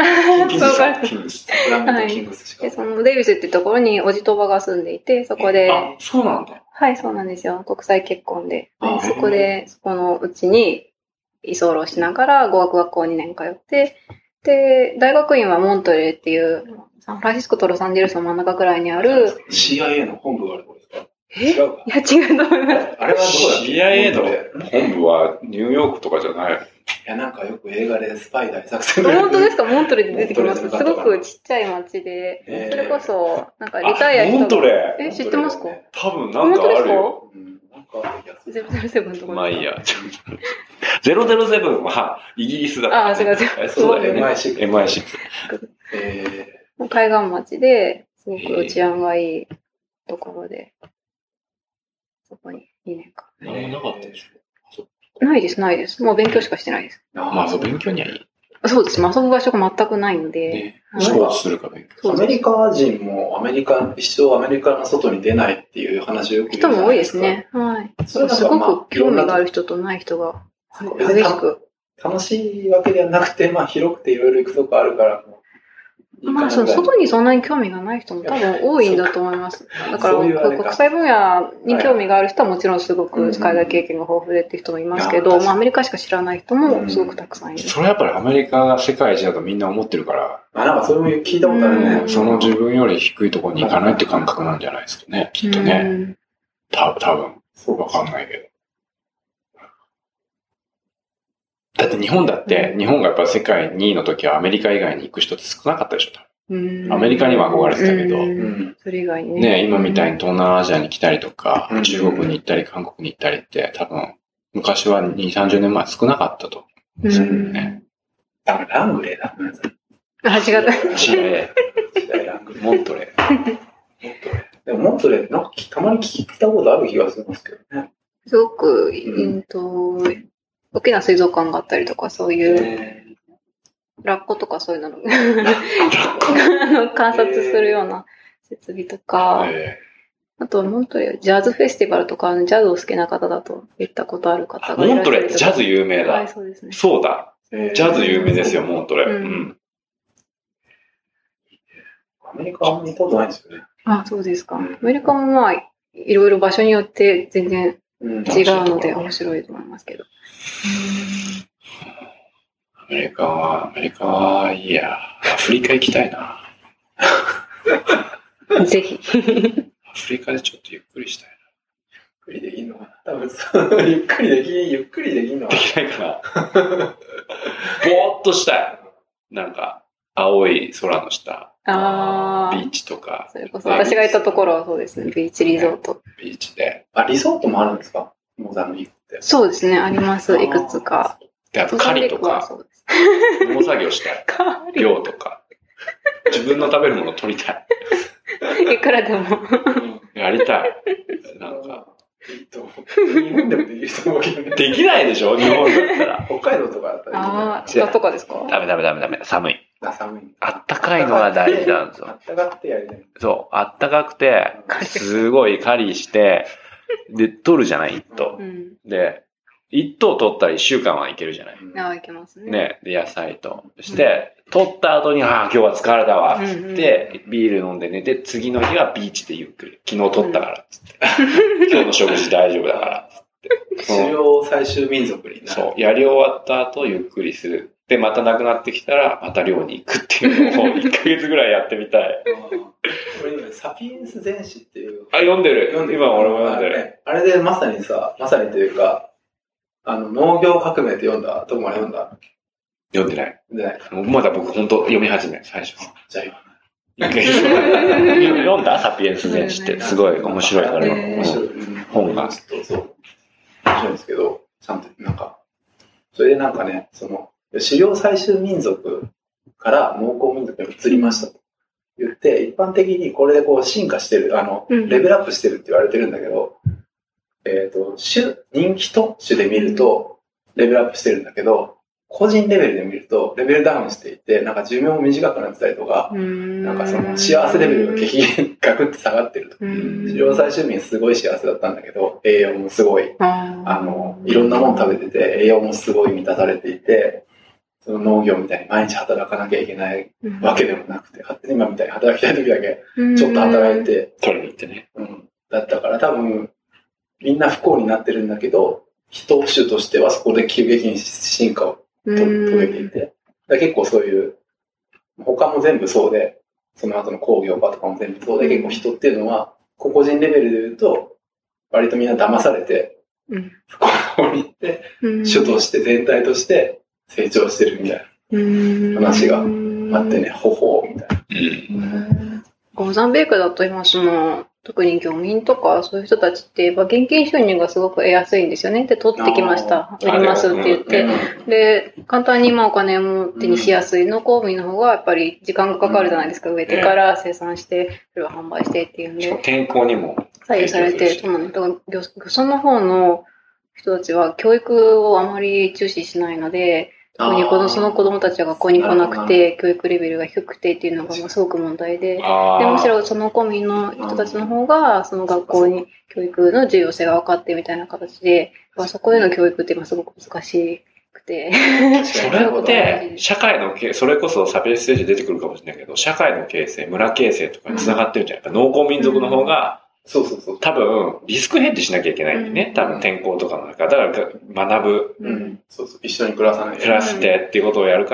S2: キングスか。キングス。ブランドとキングスしか。
S3: で、そのデイビスっていうところにおじとおばが住んでいて、そこで。
S1: あ、そうなんだ。
S3: はい、そうなんですよ。国際結婚で。でそこで、そこのうちに居候しながら語学学校にねん通って、で、大学院はモントレーっていう、サンフランシスコとロサンゼルスの真ん中くらいにある。
S2: シーアイエー の本部があるところですか？
S3: え違ういや、違うと思います。
S2: あれはどうだっけ？
S1: シーアイエー の本部はニューヨークとかじゃない？
S2: いや、なんかよく映画でスパイ大作戦
S3: 本当ですか？モントレーで出てきます。すごくちっちゃい町で、えー、それこそ、なんかリタイアした。
S1: モントレー
S3: え、知ってますか？
S1: 多分なんかあるよ。
S3: ゼロゼロセブンとか。
S1: まあいいや。ゼロゼロセブンはイギリスだから、
S3: ね。ああ、すいません。
S1: そうだよね。エムアイシックス。エムアイシックス。
S3: えー、海岸町で、すごく治安がいいところで、そこににねんかん。
S1: 何もなかったでしょ？
S3: ないです、ないです。もう勉強しかしてないです。
S1: まあそう、勉強にはいい。
S3: そうです。遊ぶ場所が全くないので。
S1: ね、スポーツするか勉強。
S2: アメリカ人もアメリカ、一生アメリカの外に出ないっていう話をよく言う
S3: 人も多いですね。はい。それすごく興味がある人とない人が激しく。
S2: 楽しいわけではなくて、まあ広くていろいろ行くとこあるから。
S3: まあ、その外にそんなに興味がない人も多分多いんだと思います。だから、国際分野に興味がある人はもちろんすごく海外経験が豊富でっていう人もいますけど、まあ、アメリカしか知らない人もすごくたくさんいる。
S1: それはやっぱりアメリカが世界一だとみんな思ってるから。
S2: あ、なんかそれも聞いたことあるね。
S1: その自分より低いところに行かないって感覚なんじゃないですかね、きっとね。た多分わかんないけど。だって日本だって、日本がやっぱ世界にいの時はアメリカ以外に行く人って少なかったでしょ、多分。アメリカには憧れてたけど、
S3: それ以外にね。
S1: ね、今みたいに東南アジアに来たりとか、中国に行ったり、韓国に行ったりって、多分、昔はにじゅう、さんじゅうねんまえ少なかったと思うんですよね。
S2: だからラングレーだ。
S3: あ、違った。
S1: 違う。モントレー。モントレ
S2: ー。でもモントレー、なんかたまに聞いたことある気がしますけどね。
S3: すごく、うんと、大きな水族館があったりとか、そういう、ラッコとかそういうの観察するような設備とか、あと、モントレー、ジャズフェスティバルとか、ジャズを好きな方だと言ったことある方がいらっしゃる。
S1: モントレーってジャズ有名だ。
S3: はい、そうですね。
S1: そうだ。ジャズ有名ですよ、モントレー。うん。
S2: アメリカは見たことないですよね。
S3: あ、そうですか。アメリカもまあ、いろいろ場所によって全然違うので面白いと思いますけど。
S1: アメリカは、アメリカは、いや、アフリカ行きたいな。
S3: ぜひ。
S1: アフリカでちょっとゆっくりしたいな。
S2: ゆっくりできんのかな多分そう、ゆっくりできん、ゆっくりできんのかな
S1: できないかな。ぼーっとしたい。なんか、青い空の下。
S3: あ
S1: ビーチとか。
S3: それこそ、私がいたところはそうですね。ビーチリゾート。
S1: ビーチで。
S2: あ、リゾートもあるんですか？モザンビークって。
S3: そうですね、あります。いくつか。
S1: で、あと狩りとか、農作業したい。漁とか。自分の食べるもの取りた
S3: い。いくらでも。
S1: やりたい。なんか。
S2: 日本でもできる人もいる。
S1: できないでしょ日本だったら。
S2: 北海道とかだったら。
S3: ああ、下とかですか？
S1: ダメダメダメダメ。寒い。
S2: あ、寒い。
S1: あったかいのが大事なんですよ。
S2: あったかくてやりたい。
S1: そう。あったかくて、すごい狩りして、で、取るじゃない、一頭。うん、で、一頭取ったら一週間はいけるじゃない。
S3: ああ、いけますね。
S1: ね。で、野菜と。して、うん、取った後に、ああ、今日は疲れたわ、つって、うん、ビール飲んで寝て、次の日はビーチでゆっくり。昨日取ったから、つって。うん、今日の食事大丈夫だから、つって。
S2: 狩猟採集民族になる。
S1: そう。やり終わった後、ゆっくりする。で、またなくなってきたら、また漁に行くっていうのをいっかげつぐらいやってみたい。
S2: 俺今、サピエンス全史っていう。
S1: あ、読んでる。読んでる。今俺も読んでる。
S2: あれでまさにさ、まさにというか、あの、農業革命って読んだどこまで読んだ
S1: 読んでない。
S2: 読んでない。
S1: まだ僕本当読み始め、最初。
S2: じゃあ言わない。
S1: 読んだサピエンス全史って、すごい面白い。あれは面白い。本が。
S2: そう。面白いんですけど、ちゃんと、なんか、それでなんかね、その、狩猟採集民族から農耕民族に移りましたと言って、一般的にこれでこう進化してる、あの、レベルアップしてるって言われてるんだけど、えっと、種、人気と種で見るとレベルアップしてるんだけど、個人レベルで見るとレベルダウンしていて、なんか寿命も短くなってたりとか、なんかその幸せレベルが激減、ガクって下がってると。狩猟採集民すごい幸せだったんだけど、栄養もすごい、あの、いろんなもの食べてて、栄養もすごい満たされていて、 その農業みたいに毎日働かなきゃいけないわけでもなくて、うん、今みたいに働きたい時だけちょっと働いて、
S1: 取りに行ってね。
S2: うん。だったから多分、みんな不幸になってるんだけど、人種としてはそこで急激に進化を遂げていて、だ結構そういう、他も全部そうで、その後の工業化とかも全部そうで、結構人っていうのは、個々人レベルで言うと、割とみんな騙されて、不幸の方に行って、主として全体として成長してるみたいな話があってね、ほほーみたいな。
S3: モザンビークだと今その、特に漁民とかそういう人たちって、やっぱ現金収入がすごく得やすいんですよね。で、取ってきました。売りますって言って。で、簡単に今お金も手にしやすい農耕民の方がやっぱり時間がかかるじゃないですか。植えてから生産して、それを販売してっていうんで。
S1: 天候にも。
S3: 左右されて、そうなんです。だから漁村の方の人たちは教育をあまり重視しないので、特にこのその子供たちが学校に来なくて、教育レベルが低くてっていうのがもうすごく問題で、でむしろその公民の人たちの方が、その学校に教育の重要性が分かってみたいな形で、そこでの教育って今すごく難しくて。
S1: それって、社会の、それこそサピエンスステージ出てくるかもしれないけど、社会の形成、村形成とかに繋がってるんじゃないか。農耕民族の方が、
S2: そうそうそう。
S1: 多分、リスクヘッジしなきゃいけないんだよね。多分、天候とかの中。だから、学ぶ。
S2: うん。そうそう。一緒に暮らさない。
S1: 暮らしてっていうことをやるから、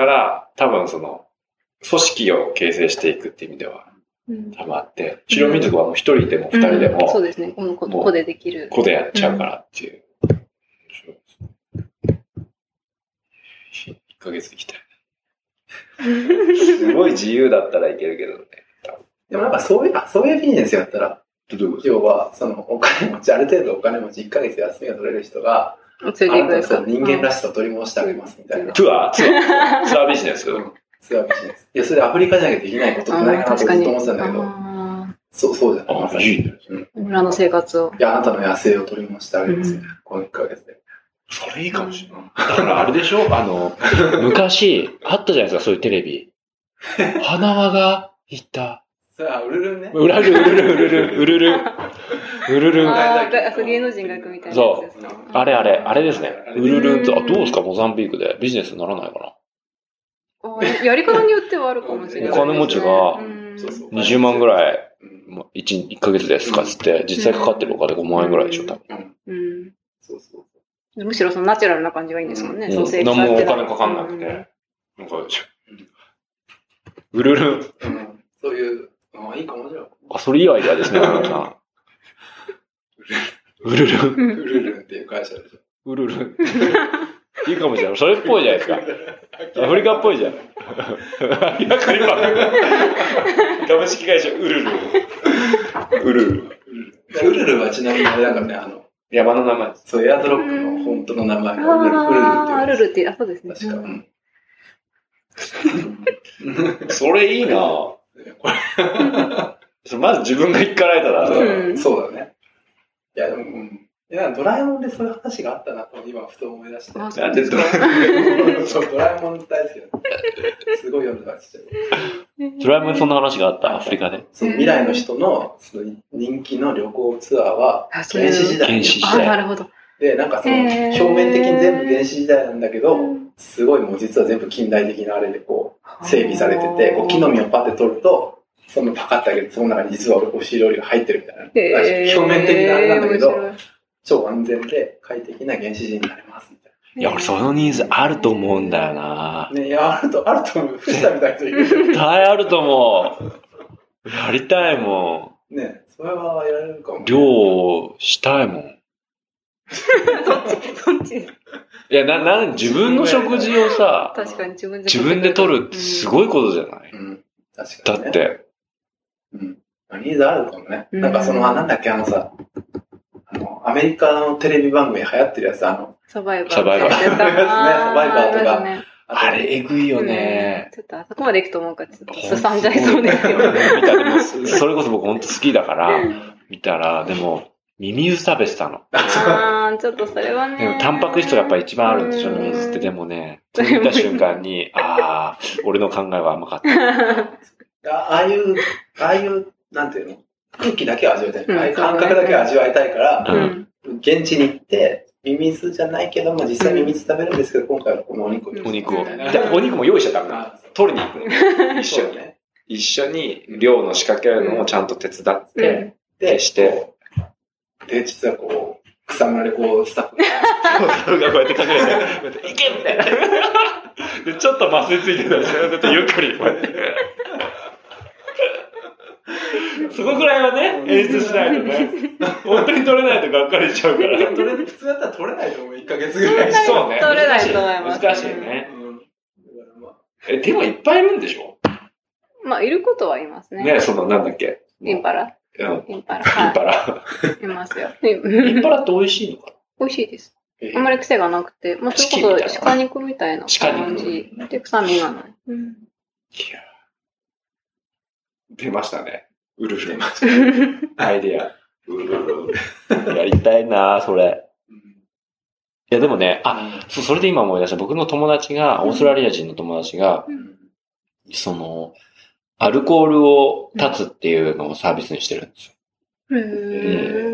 S1: 多分、その、組織を形成していくっていう意味では、多分あって、狩猟民族はもう一人でも二人でも、
S3: うん、そうですね。この子でできる。
S1: 子でやっちゃうからっていう。いっかげつ行きたい。すごい自由だったらいけるけどね。
S2: でもなんかそういう、あ、そういうビジネスやったら、要は、そのお金持ち、ある程度お金持ち、いっかげつ休みが取れる人が、あなたの人間らしさを取り戻してあげますみたいな。
S1: ツアーツアーツアービジネス、
S2: うん、ツアービジネス。いや、それでアフリカじゃなきゃできないことじゃないかなとずっと思ってたんだけど、そう、そうじゃない。まさに。
S3: 村の生活を。
S2: いや、あなたの野生を取り戻してあげますみたいな。このいっかげつで。
S1: それいいかもしれない。だからあれでしょあの、昔、あったじゃないですか、そういうテレビ。花輪が行った。
S2: あ、ウルルンね。
S1: ウルルン、ウルルン、ウルルン、ウルルン。ウルルン。
S3: ああ、芸能人が行くみたいなやつですね。
S1: そう。あれあれ、あれですね。ウルルンと、あ、どうですかモザンビークでビジネスにならないかな。
S3: あやり方によってはあるかもしれない、ね。
S1: お金持ちがにじゅうまんぐらい、いち、いっかげつですかつって、実際かかってるお金ごまん円ぐらいでしょ、多分。
S3: うん。そうそう。むしろそのナチュラルな感じがいいんですもんね。
S1: そう生活何もお金かかんなくて。なんか、ウルルン。
S2: そういう、あ、いいかもしれない。
S1: あ、それいいアイデアですね、花さん。ウルルン。
S2: ウルルンっていう会社でしょ。
S1: ウルルン。いいかもしれない。それっぽいじゃないですか。アフリカっぽいじゃん。いや、カリバ株式会社ウルルン。ウルルン。
S2: ウルルンはちなみにあれだからね、あの、
S1: 山の名前。
S2: そう、エアーズロックの本当の名前がウルルンっていう。
S3: あ、ウルルンって、あ、そうですね。
S2: 確か。
S1: うん、それいいなぁ。まず自分が行かないとな、
S2: うん。そうだね。いや、でも、うん。いや、ドラえもんでそういう話があったなと今ふと思い出して。
S1: なんでドラえ
S2: もんそう、ドラえもん大好きだ。すごい読んでました。
S1: ドラえもんにそんな話があったアフリカで。
S2: そう、未来の人のその人気の旅行ツアーは原始時代。
S1: 原始時代。
S3: あ、なるほど。
S2: で、なんかその表面的に全部原始時代なんだけど、すごいもう実は全部近代的なあれでこう整備されてて、こう木の実をパッて取ると、そのパカッてあげて、その中に実はおし料理が入ってるみたいな。表面的なあれなんだけど、超安全で快適な原始人になれますみたいな。
S1: いや、俺そのニーズあると思うんだよな。
S2: ね、いや、あると、あると思う。藤田みたいな人いる。
S1: 絶対あると思う。やりたいも
S2: ん。ね、それはやれるかも、ね。
S1: 漁したいもん。
S3: どっちどっち
S1: いや、な、な、自分の食事をさ、
S3: 確かに自分で
S1: 自分で取るってすごいことじゃない、
S2: うん、確かに、ね。
S1: だって。
S2: うん。ニーズあるかもね。なんかその、なんだっけ、あのさ、あの、アメリカのテレビ番組流行ってるやつ、あの、
S3: サバイバー。
S1: サバイバー。
S2: サバイバーとか。
S1: あれ、えぐいよね、
S3: うん。ちょっとあそこまで行くと思うか、ちょっとすさんじゃいそうですけど。
S1: 見た、でも、それこそ僕本当好きだから、見たら、でも、ミミズ食べてたの。
S3: ああ、ちょっとそれはね。
S1: でも、タンパク質がやっぱ一番あるんでしょ、ミミズって。でもね、見た瞬間に、ああ、俺の考えは甘かった。
S2: ああいう、ああいう、なんていうの空気だけは味わいたい。ああいう感覚だけは味わいたいから、うん、現地に行って、 ミミズじゃないけど、まあ、実際ミミズ食べるんですけど、今回はこのお肉を。
S1: お肉を。じゃあお肉も用意しちゃったんだ。取りに行くの。一緒にね。一緒に漁の仕掛けるのをちゃんと手伝って、で、して、
S2: で、実はこう、草むらでこう、スタッフが、
S1: スタッフがこうやって隠れて、いけみたいな。で、ちょっと麻酔ついてたりして、ちょっとゆっくりこうやって。そこぐらいはね、演出しないとね、本当に取れないとがっかりしちゃうから。
S2: 取れ普通だったら取れないと思う、いっかげつぐらい。
S1: そうね。
S3: 取れないと思います。
S1: 難しいね。え、でもいっぱいいるんでしょ？
S3: まあ、いることはいますね。
S1: ね、その、なんだっけ。
S3: インパラ。
S1: うん。
S3: インパラ。
S1: インパラ。
S3: いますよ。
S1: インパラって美味しいのかな？
S3: 美味しいです。あんまり癖がなくて、まあ、それこそ鹿肉みたいな感じで臭みがない。うん。いや。
S1: 出ましたね。うるる。アイデア。うるる。やりたいなそれ。いや、でもね、あ、そ、それで今思い出した。僕の友達が、オーストラリア人の友達が、うん、その、アルコールを断つっていうのをサービスにしてるんですよ。うん、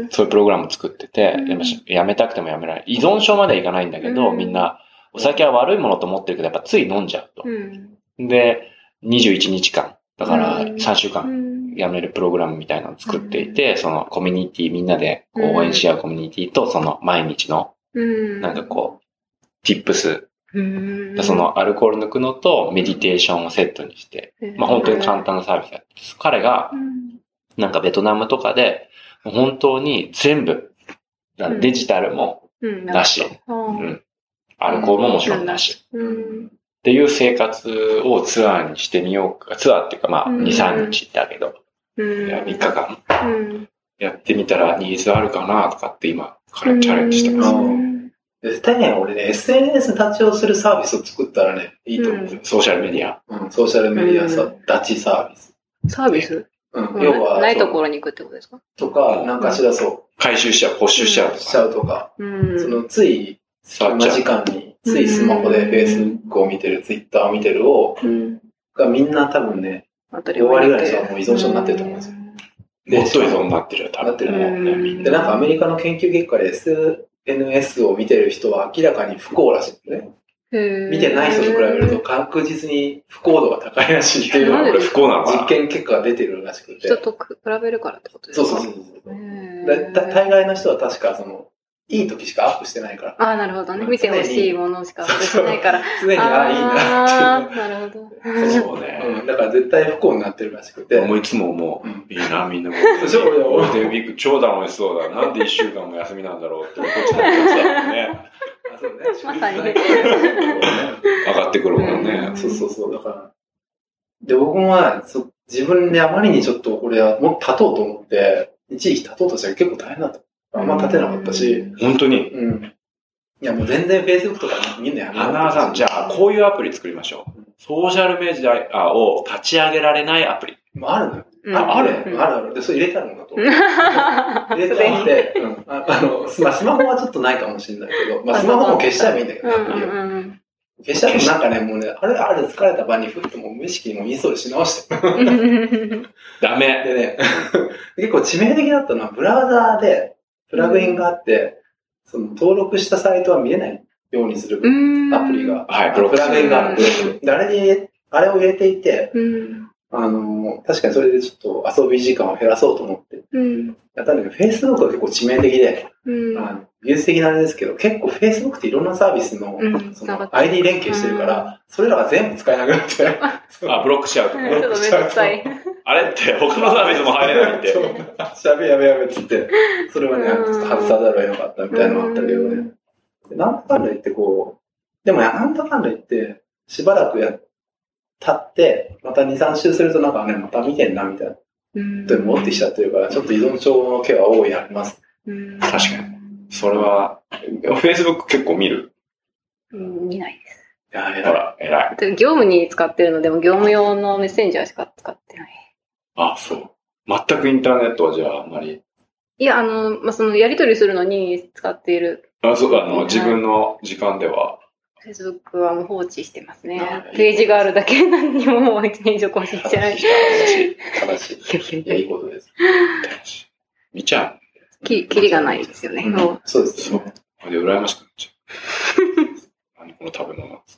S1: そういうプログラムを作ってて、うん、やめたくてもやめられない。依存症まではいかないんだけど、うん、みんな、お酒は悪いものと思ってるけど、やっぱつい飲んじゃうと。うん、で、にじゅういちにちかん、だからさんしゅうかんやめるプログラムみたいなのを作っていて、うん、そのコミュニティ、みんなでこう応援し合うコミュニティと、その毎日の、なんかこう、ティップス。そのアルコール抜くのとメディテーションをセットにして、まあ本当に簡単なサービスだった。彼が、なんかベトナムとかで、本当に全部、デジタルもなし、うん、アルコールももちろんなし、っていう生活をツアーにしてみようか、ツアーっていうかまあに、さんにちだけど、いやみっかかんやってみたらニーズあるかなとかって今、彼チャレンジしてます。
S2: 絶対ね、俺ね、エスエヌエス 立ち寄せるサービスを作ったらね、いいと思う、うん。
S1: ソーシャルメディア。
S2: うん、ソーシャルメディアさ、うん、立ちサービス。
S3: サービス
S2: うん、要は。
S3: ないところに行くってことですか
S2: とか、なんかしらそう。
S1: 回収しちゃう、没収しちゃうとか。
S2: しちゃうとか。うん、その、つい、隙間時間に、ついスマホで Facebook を見てる、Twitter を見てるを、うん、がみんな多分ね、ごわりぐらいの人はもう依存症になってると思うんですよ。
S1: で、もっと依存になってるよ、多分。なってるもんね、みんな。
S2: で、なんかアメリカの研究結果で エスエヌエス を見てる人は明らかに不幸らしいね。見てない人と比べると確実に不幸度が高いらしいっていうのが
S1: 不幸なの
S2: 実験結果が出てるらしくて。
S3: 人と比べるからってことですか？
S2: そうそうそうそう。大概の人は確かその、いい時しかアップしてないから。
S3: ああ、なるほどね。見てほしいものしかアップしてないから。
S2: 常に、ああ、いいな
S3: っていう。なるほど。
S1: そうね。
S2: うん。だから絶対不幸になってるらしくて。
S1: もういつももう、いいな、みんなも。そう、俺、ゴールデンウィーク超楽しそうだ。なんで一週間も休みなんだろうって、こっちのやつだもんね。
S2: あ、そうね。
S3: まさに。
S1: 上がってくるもんね。
S2: そうそうそう。だから。で、僕もそ自分であまりにちょっとこれはもっと立とうと思って、一時期立とうとしたら結構大変だった。あんま立てなかったし。
S1: 本当に
S2: うん。いやもう全然 Facebook とかみんなやめ
S1: な花さん、じゃあこういうアプリ作りましょう。ソーシャルメディアを立ち上げられないアプリ。
S2: あるのよ。あるあるある。で、それ入れたのだと。入れてあって、うん。あの、まあスマホはちょっとないかもしれないけど、まあスマホも消しちゃえばいいんだけど、アプリを。消しちゃうとなんかね、もうね、あれ、あれ疲れた場にふっともう無意識にもインストールし直して。
S1: ダメ。
S2: でね、結構致命的だったのはブラウザーで、プラグインがあって、その登録したサイトは見れないようにするアプリが、はい、プラグインがあるんで、あれに、あれを入れていて、あの、確かにそれでちょっと遊び時間を減らそうと思って、やったんだけど、Facebook は結構致命的で、あの技術的なあれですけど、結構 Facebook っていろんなサービスの、その アイディー 連携してるから、それらが全部使えなくなって、
S1: あ、ブロックしちゃうと。
S3: ブロックしちゃうと。
S1: あれって他のサービスも入れないって。
S2: しゃべやべやべっつって、それはね、ちょっと外さざるを得なかったみたいなのがあったけどね。なんだかんだ言ってこう、でもなんだかんだ言って、しばらくや、経って、またに、さん週するとなんかね、また見てんなみたいな。と持ってきちゃってるから、ちょっと依存症の毛は多いあります。
S1: 確かに。それは、Facebook 結構見る？
S3: 見ないです。
S2: いや、偉い。
S1: ほら、偉い。
S3: 業務に使ってるのでも、業務用のメッセンジャーしか使ってない。
S1: あ、そう。全くインターネットはじゃああんまり。い
S3: や、あの、まあ、そのやり取りするのに使っている。
S1: あ、そう、あの、自分の時間では。
S3: Facebook はもう放置してますね。ページがあるだけ何にももう一年以上更新してない。
S2: 正しい。正しい。いや、いいことです。
S1: 見ちゃう。
S3: き、きりがないですよね。
S2: うん、そうです。そう。
S1: で、羨ましくなっちゃう。何この食べ物つって。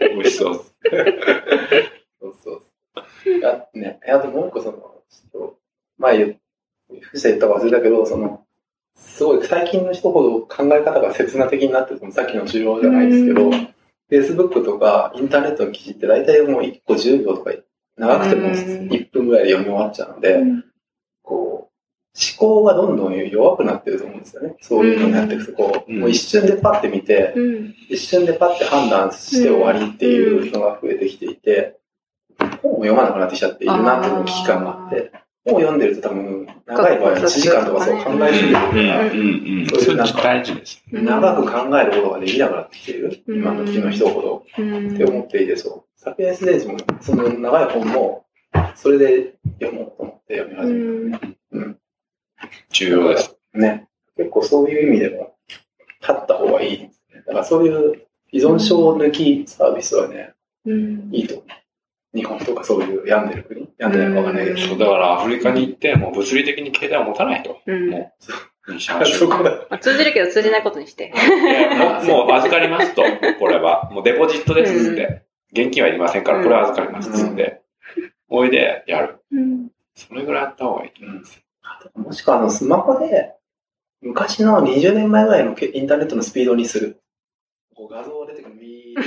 S1: 美味しそう。
S2: そうそうそう。あ、ね、あともう一個その、ちょっと前、福士言ったか忘れたけど、その、すごい最近の人ほど考え方が刹那的になってる、さっきの治療じゃないですけど、Facebook とかインターネットの記事って大体もういっこじゅうびょうとか長くてもいっぷんぐらいで読み終わっちゃうので、こう、思考がどんどん弱くなってると思うんですよね。そういうのになっていくと、こう、もう一瞬でパッて見て、一瞬でパッて判断して終わりっていうのが増えてきていて、本を読まなくなってきちゃっているなっていう危機感があって、本を読んでると多分、長い場合はいちじかんとかそう考えすぎてるから、そういうなんか、長く考えることができなくなってきている、今の時の人ほど、って思っていて、そう。サピエンス・デイズも、その長い本も、それで読もうと思って読み始めた。うん。
S1: 重要です。
S2: ね。結構そういう意味でも、立った方がいいですね。だからそういう依存症抜きサービスはね、いいと思う。日本とかそういう病んでる国病んでないかわかんないけど。
S1: そう、だからアフリカに行って、もう物理的に携帯を持たないと。
S3: うん、
S1: もう、
S2: そこだ。
S3: 通じるけど通じないことにして。
S1: もう、もう預かりますと、これは。もうデポジットですって。現金はいりませんから、これは預かりますって。おいで、やる。それぐらいやった方がいいと思います。
S2: もしくは、あの、スマホで、昔のにじゅうねんまえぐらいのインターネットのスピードにする。こう画像が出てくる。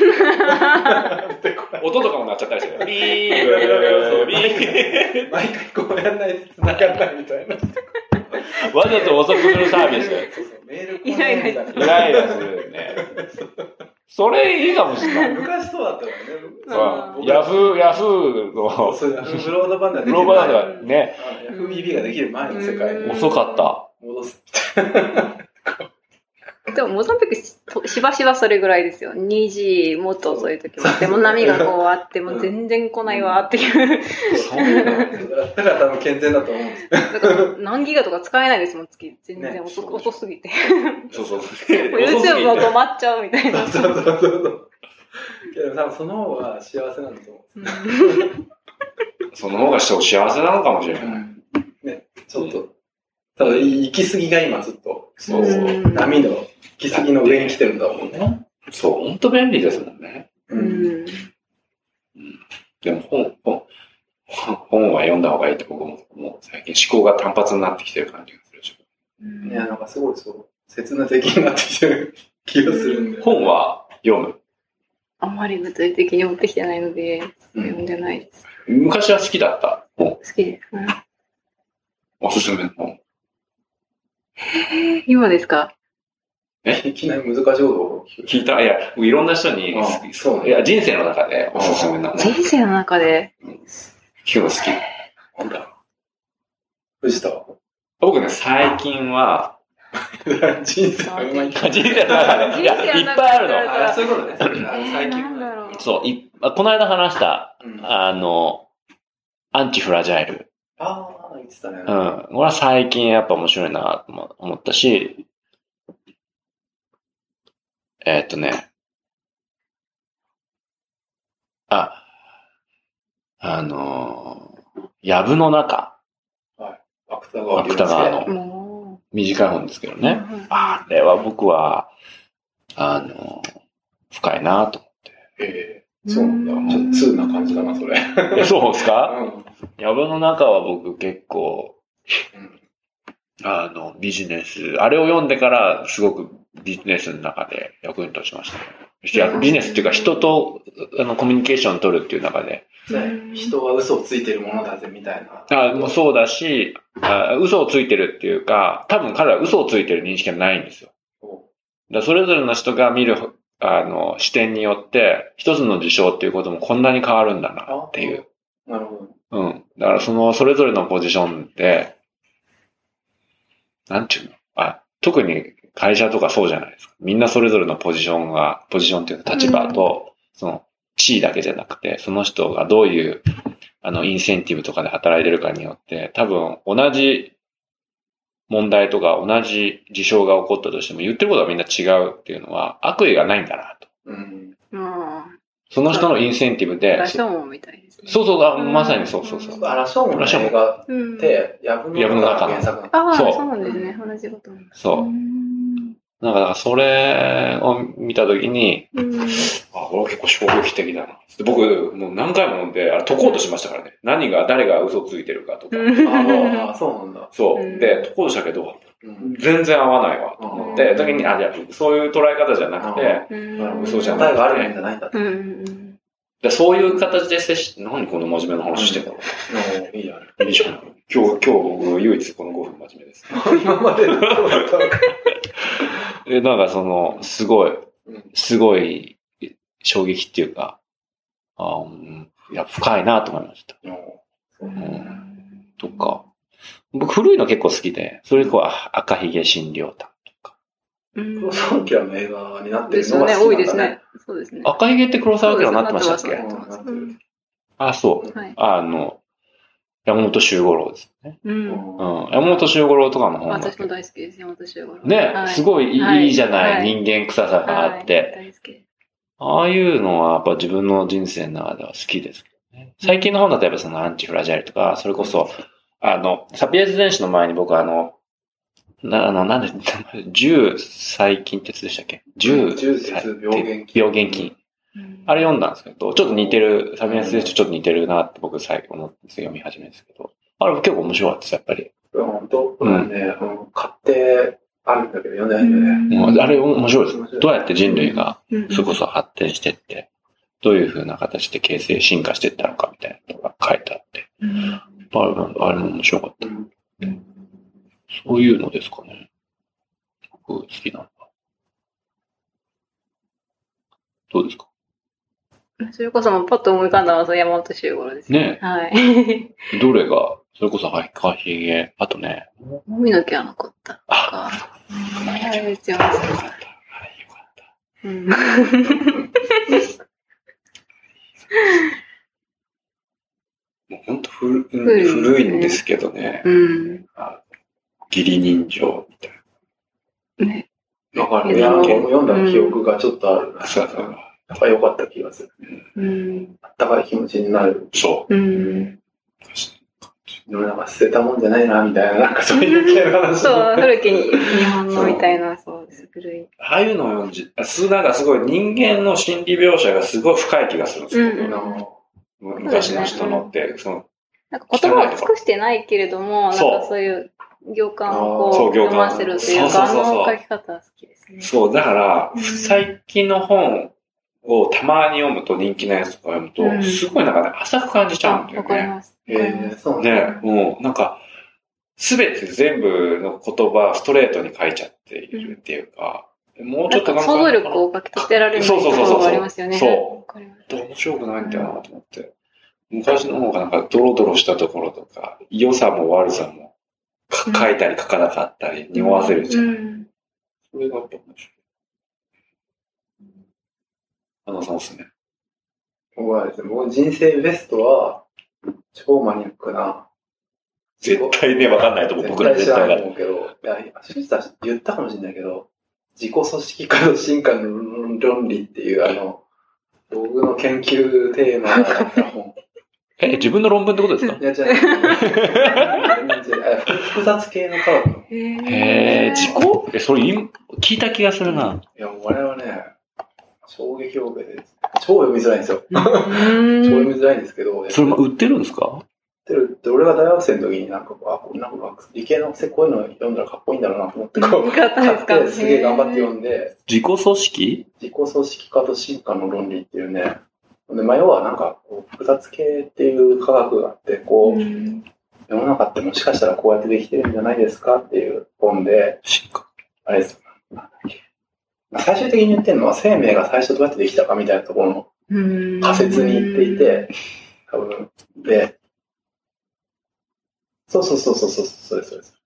S1: 音とかも鳴っちゃったりしてる。ビービ
S2: ー毎回こうやんないと繋がんないみたいな。
S1: わざと遅くするサービス。
S2: そうそう、メール
S3: イライラする。
S1: イライラするね。それいいかもしれない。
S2: 昔そうだったから
S1: ね。ヤフー、ヤフーの。
S2: そう、ブロードバンダーできる前。
S1: ブロードバンダーね。
S2: ヤフー ビービー ができる前の世界。
S1: 遅かった。
S2: 戻す。
S3: でも、モザンビークしばしばそれぐらいですよ。にじもっと遅い時も。でも波がこうあって、もう全然来ないわっていう。
S2: そうなんですよ。だから多分健全だと思うんですよ。
S3: だから何ギガとか使えないですもん、月。全然遅、ね、遅すぎて。
S1: そうそう。
S3: YouTube も止まっちゃうみたいな。
S2: そうそうそうそう。けど多分その方が幸せなんだと思うんです。
S1: その方が幸せなのかもしれない。
S2: ね、ちょっと。ただ、行き過ぎが今ずっと、そうそう、波の行き過ぎの上に来てるんだもんね。
S1: そう、ほんと便利ですもんね。
S3: うん。
S1: でも本、本、本は読んだ方がいいって僕も、もう最近思考が単発になってきてる感じがするでしょ。
S2: いや、なんかすごいそう、切な的になってきてる気がするんで。
S1: 本は読む？
S3: あんまり物理的に持ってきてないので、読んでないです。
S1: 昔は好きだった本？
S3: 好きです。うん、
S1: おすすめの本。
S3: 今ですか？
S2: え、いきなり難しいことを
S1: 聞いた。いや、いろんな人に、そう、いや、人生の中でおすすめなの。
S3: 人生の中で
S1: 聞くの好き。
S2: なんだろう。藤田は
S1: 僕ね、最近は、
S2: 人生の中で。
S1: 人生の中で。いや、いっぱいあるの。
S2: あ、そういうことね。最近。
S3: なんだろう。
S1: そう、いこの間話した、あの、アンチフラジャイル。
S2: ああ。言ってたね。
S1: うん。俺は最近やっぱ面白いなと思ったし、えー、っとね、あ、あのー、藪の中。
S2: はい。芥川
S1: 龍之介。芥川の短い本ですけどね。あれは僕は、あのー、深いなと思って。
S2: ええー、そうなんだ。ちょっと通な感じだな、それ。
S1: そうですか？
S2: うん。
S1: 藪の中は僕結構、うん、あの、ビジネス、あれを読んでからすごくビジネスの中で役に立ちましたね。ビジネスっていうか人とあのコミュニケーションを取るっていう中で。
S2: 人は嘘をついてるものだぜみたいな。
S1: あもうそうだしあ、嘘をついてるっていうか、多分彼らは嘘をついてる認識はないんですよ。だそれぞれの人が見るあの視点によって一つの事象っていうこともこんなに変わるんだなっていう。
S2: なるほど。
S1: うん。だからその、それぞれのポジションで、なんていうの？あ、特に会社とかそうじゃないですか。みんなそれぞれのポジションが、ポジションっていうか立場と、うん、その地位だけじゃなくて、その人がどういう、あの、インセンティブとかで働いてるかによって、多分同じ問題とか同じ事象が起こったとしても言ってることはみんな違うっていうのは悪意がないんだなと。うん。うんその人のインセンティブで。
S3: ラションみたいですね。
S1: そうそう、まさにそうそうそう。
S2: ラションの映画って、藪の中の原作
S3: ああ、そうなんですね。同じこと。
S1: そう。 なんか、だからそれを見たときに、
S3: うん、
S1: あ、これは結構衝撃的だな。僕、もう何回も飲んで、あれ解こうとしましたからね。何が、誰が嘘ついてるかとか。
S2: ああ、そうなんだ。
S1: そう。で、解こうとしたけど、全然合わないわと思って、時に、あ、じゃあ、そういう捉え方じゃなくて、嘘じゃなくて。
S2: 答えがあるんじゃないんだと。
S1: でそういう形で接し、何この真面目な話してんだろう。いいじゃん。いいじゃん。今日、今日僕唯一このごふん真面目です。今までそうだったのか。え、なんかその、すごい、すごい衝撃っていうか、あ、うん、いや、深いなと思いました。うん、とか、僕古いの結構好きで、それこそ赤ひげ診療団とか。
S2: 黒澤明の映画になってる
S3: のが好きなんだね。ですよね、多いですね。そうですね。
S1: 赤ひげって黒澤明になってましたっけ？あ、そう。はい、あの、山本周五郎ですね。うん。うん、山本周五郎とかの本。
S3: 私も大好きです、山本周五郎。
S1: ね、はい、すごいいいじゃない、はい、人間臭さがあって、はい。大好き。ああいうのはやっぱ自分の人生の中では好きですけどね。最近の本だとやっぱそのアンチフラジャイルとか、それこそ、あの、サピエンス全史の前に僕はあの、な、あの、なんで、十細菌鉄でしたっけ？十
S2: 鉄病原菌。
S1: 病原菌。あれ読んだんですけど、ちょっと似てる、サピエンス全史とちょっと似てるなって僕最近思って読み始めるんですけど、あれ結構面白かったです、やっぱり。
S2: 本当うんね、買ってあるんだけど読んでないんだよね。
S1: あれ面白いです。どうやって人類がそれこそ発展してって、どういう風な形で形成、進化していったのかみたいなのが書いてあって、あれ, あれも面白かった、うん。そういうのですかね。僕好きなんだ。どうですか？
S3: それこそもパッと思い浮かんだのは山本周五郎ですね。
S1: ね。
S3: はい。
S1: どれが、それこそ赤ひげ、あとね。
S3: 髪の毛は残ったとか。あ、あれめっちゃ面白かった。よかった。うん。
S1: もう本当古, 古いんですけどね。うん。義理人情みたい
S2: な。ね。わかる。いや、読んだ記憶がちょっとあるな。そうそう。やっぱ良かった気がする。うん。あったかい気持ちになる。
S1: そう。うん。
S2: でもなんか捨てたもんじゃないな、みたいな、なんかそういう系の話。
S3: そう、古きに日本のみたいな、そうです、古い。
S1: ああいうのを読んじ、なんかすごい人間の心理描写がすごい深い気がするんですよ。うんうん、昔の人のって、ね、その、
S3: なんか言葉を尽くしてないけれども、なんかそういう行間をこう読ませるというか、あの書き方好きですね。
S1: そう、だから、うん、最近の本をたまに読むと、人気なやつとか読むと、うん、すごいなんかね、浅く感じちゃうんだよね。
S3: わかります。
S2: えー、そう
S1: ね。もう、なんか、すべて全部の言葉、ストレートに書いちゃっているっていうか、うん、もうちょっとなんか。
S3: 想像力を書き立てられるところがありますよね。
S1: そう。面白くないんだよなと思って。昔の方がなんかドロドロしたところとか、良さも悪さも書いたり書かなかったり、匂わせるじゃない。うん、それがやっぱ面白い。花さんおすすめ。
S2: 僕はですね、僕人生ベストは、超マニアックな。
S1: 絶対ね、わかんないと思う。僕ら絶対
S2: わかんないと思うけど、いや、正直言ったかもしれないけど、自己組織化と進化の論理っていう、あの、僕の研究テーマだった本。
S1: え、自分の論文ってことですか？
S2: いや、じゃあ、複雑系の科学の。
S1: へぇー、自己え、それ聞いた気がするな。
S2: いや、我々はね、衝撃を受けて、超読みづらいんですよ。超読みづらいんですけど。
S1: それも売ってるんですか？売
S2: ってるって、俺が大学生の時になんかこう、なんか理系のこういうの読んだらかっこいいんだろうなと思って、こう、買ってすげえ頑張って読んで。
S1: 自己組織？
S2: 自己組織化と進化の論理っていうね。で、まあ、要はなんかこう、複雑系っていう科学があって、こう、世の中ってもしかしたらこうやってできてるんじゃないですかっていう本で、あれです。最終的に言ってるのは生命が最初どうやってできたかみたいなところの仮説に言っていて、多分、で、そうそうそうそうそう、そうです、そうです。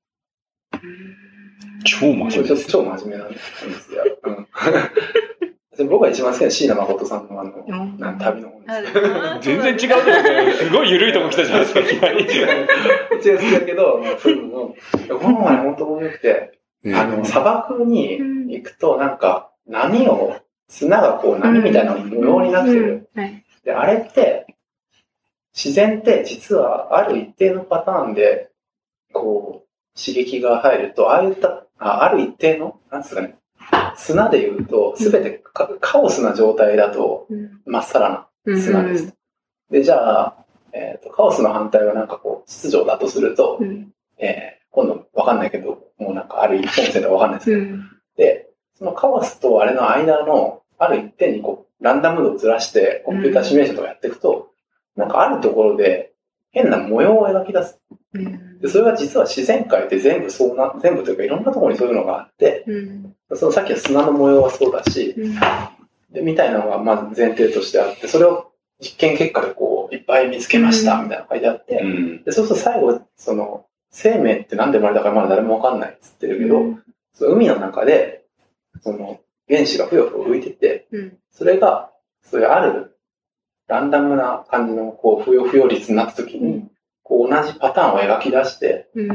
S1: 超真面目です。
S2: 超真面目なんですよ。うん、僕が一番好きな椎名誠さんのあの、うん、なん旅の本です。
S1: 全然違うところすごい緩いとこ来たじゃないですか、
S2: 一番好きだけど、そういうのも、この本はね、本当面白くて、あの、砂漠に行くと、なんか、波を、砂がこう、波みたいな模様になってる。で、あれって、自然って実はある一定のパターンで、こう、刺激が入ると、ああいった、あある一定の、なんですかね、 砂で言うと、すべてカオスな状態だと、まっさらな砂です。うん、で、じゃあ、えーと、カオスの反対はなんかこう、秩序だとすると、うん、えー、今度わかんないけど、もうなんかある一本線でわかんないですけど、うん、で、そのカオスとあれの間の、ある一点にこう、ランダム度をずらして、コンピューターシミュレーションとかやっていくと、うん、なんかあるところで、変な模様を描き出す。うん、でそれが実は自然界って全部そうな、全部というかいろんなところにそういうのがあって、うん、そのさっきの砂の模様はそうだし、うん、でみたいなのがまず前提としてあって、それを実験結果でこう、いっぱい見つけました、みたいなのが書いてあって、うん、でそうすると最後、その、生命って何で生まれたかまだ誰もわかんないって言ってるけど、うん、その海の中で、その、原子がふよふよ浮いてて、うん、それが、そういうある、ランダムな感じの、こう、ふよふよ率になった時に、こう、同じパターンを描き出して、うん、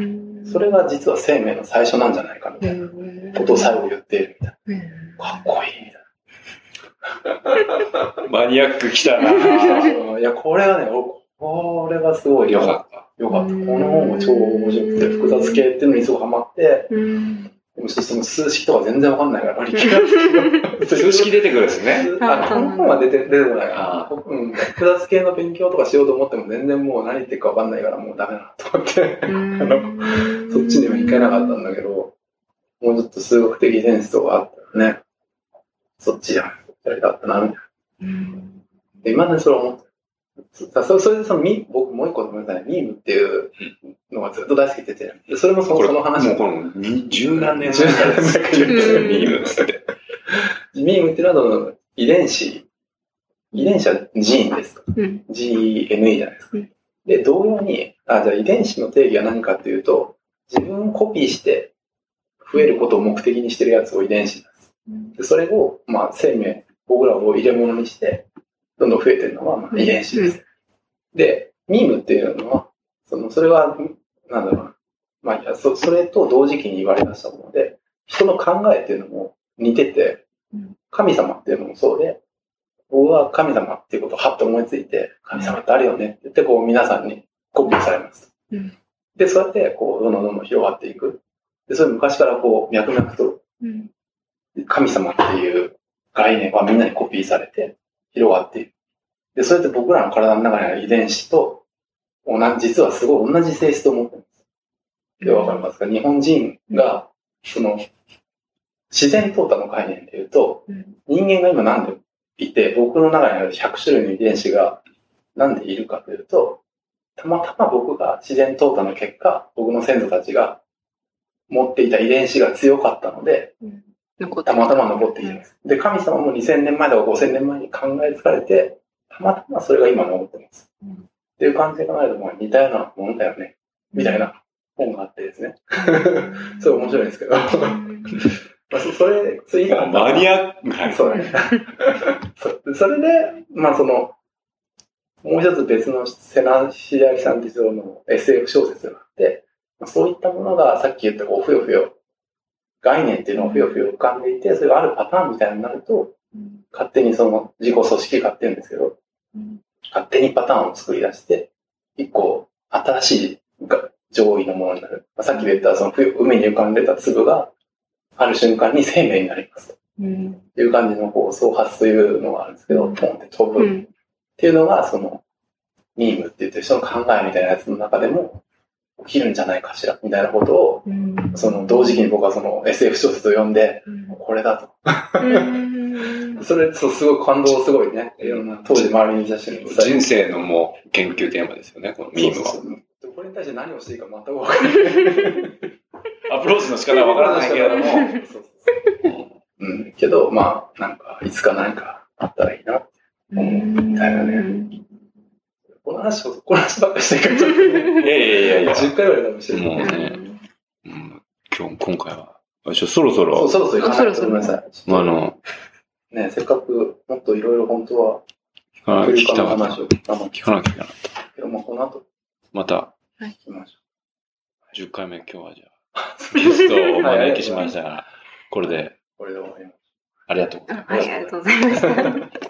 S2: それが実は生命の最初なんじゃないか、みたいなことを最後言っているみたいな。うん、かっこいい、みたいな。
S1: マニアック来たな
S2: ぁ。いや、これがね、これがすごい良かった。良かった。この本も超面白くて、複雑系っていうのにすごいハマって、うんでもその数式とか全然わかんないから、
S1: 数式出てくるんですね。
S2: あ、この本は出て、出てこないから、うん、複雑系の勉強とかしようと思っても全然もう何言ってるかわかんないからもうダメだなと思って、あの、そっちには行けなかったんだけど、もうちょっと数学的センスとかあったらね、そっちや、やりたかったな、みたいな。で、今ね、それ思って。そ, それでそのミ僕もう一個ごめんなさい、ミームっていうのがずっと大好きって言ってて、それもそ の, その話
S1: もうこの十何年前からずっと言ってるミームって。
S2: ミームっていうのはその遺伝子、遺伝子はジーンですと、うん、ジーエヌイー じゃないですか。うん、で、同様に、あ、じゃあ遺伝子の定義は何かっていうと、自分をコピーして増えることを目的にしてるやつを遺伝子なんです。うん、でそれを、まあ生命、僕らを入れ物にして、どんどん増えてるのは、まあ、遺伝子です、うん。で、ミームっていうのは、その、それは、なんだろうな。まあいや、そ、それと同時期に言われ出したもので、人の考えっていうのも似てて、神様っていうのもそうで、僕は神様っていうことをはっと思いついて、神様ってあるよねって言って、こう皆さんにコピーされます。うん、で、そうやって、こう、どんどんどんどん広がっていく。で、それ昔からこう、脈々と、神様っていう概念はみんなにコピーされて、広がっている。で、それって僕らの体の中にある遺伝子と、同じ、実はすごい同じ性質を持っています。で、わかりますか？日本人が、その、自然淘汰の概念で言うと、人間が今なんでいて、僕の中にあるひゃく種類の遺伝子がなんでいるかというと、たまたま僕が自然淘汰の結果、僕の先祖たちが持っていた遺伝子が強かったので、たまたま残っています。で、神様もにせんねんまえとかごせんねんまえに考えつかれて、たまたまそれが今残ってます。うん、っていう感じで考えると、まあ似たようなものだよね。みたいな本があってですね。すごい面白いんですけど。まあそれ、それ以外
S1: マニアック。
S2: そうね。それで、まあその、もう一つ別の瀬名秀明さんっていうの エスエフ 小説があって、そういったものがさっき言ったこう、ふよふよ、概念っていうのをふよふよ浮かんでいて、それがあるパターンみたいになると、勝手にその自己組織化って言うんですけど、勝手にパターンを作り出して、一個新しい上位のものになる。さっき言ったその海に浮かんでた粒がある瞬間に生命になります。うん、っていう感じのこう創発というのがあるんですけど、ポンって飛ぶ、うん、っていうのがそのミームって言ってる人の考えみたいなやつの中でも起きるんじゃないかしらみたいなことを、うん、その同時期に僕はその エスエフ 小説を読んで、うん、これだと。それそうすごい感動すごいね。いろんな当時周りにいた人に
S1: 人生のもう研究テーマですよね、このミームは。そうそう
S2: そうこれに対して何をしていいか全く分からない。
S1: アプローチの仕方は分からないけれども。そうそう
S2: そううん、けど、まあ、なんか、いつか何かあったらいいなって思うみたいなね。この話、この話ばっかりしてるから、ちょっとね。
S1: いやいやいやいや。
S2: じゅっかいぐらいかもしれない。
S1: もうね、うん、今日、今回は、そろそろ。
S2: そう、そろそろ行かないとごめんなさい。
S1: あの、
S2: ね、せっかく、もっといろいろ本当は、
S1: 聞かなきゃいけなかった。聞かなきゃいけなかった。
S2: けど、まあ、この後。
S1: また、
S3: 聞
S2: きましょ
S1: う。じゅっかいめ、今日はじゃあ、ゲストをお招きしましたが、これで、
S2: これで終わります。
S1: ありがとうございます。
S3: ありがとうございました。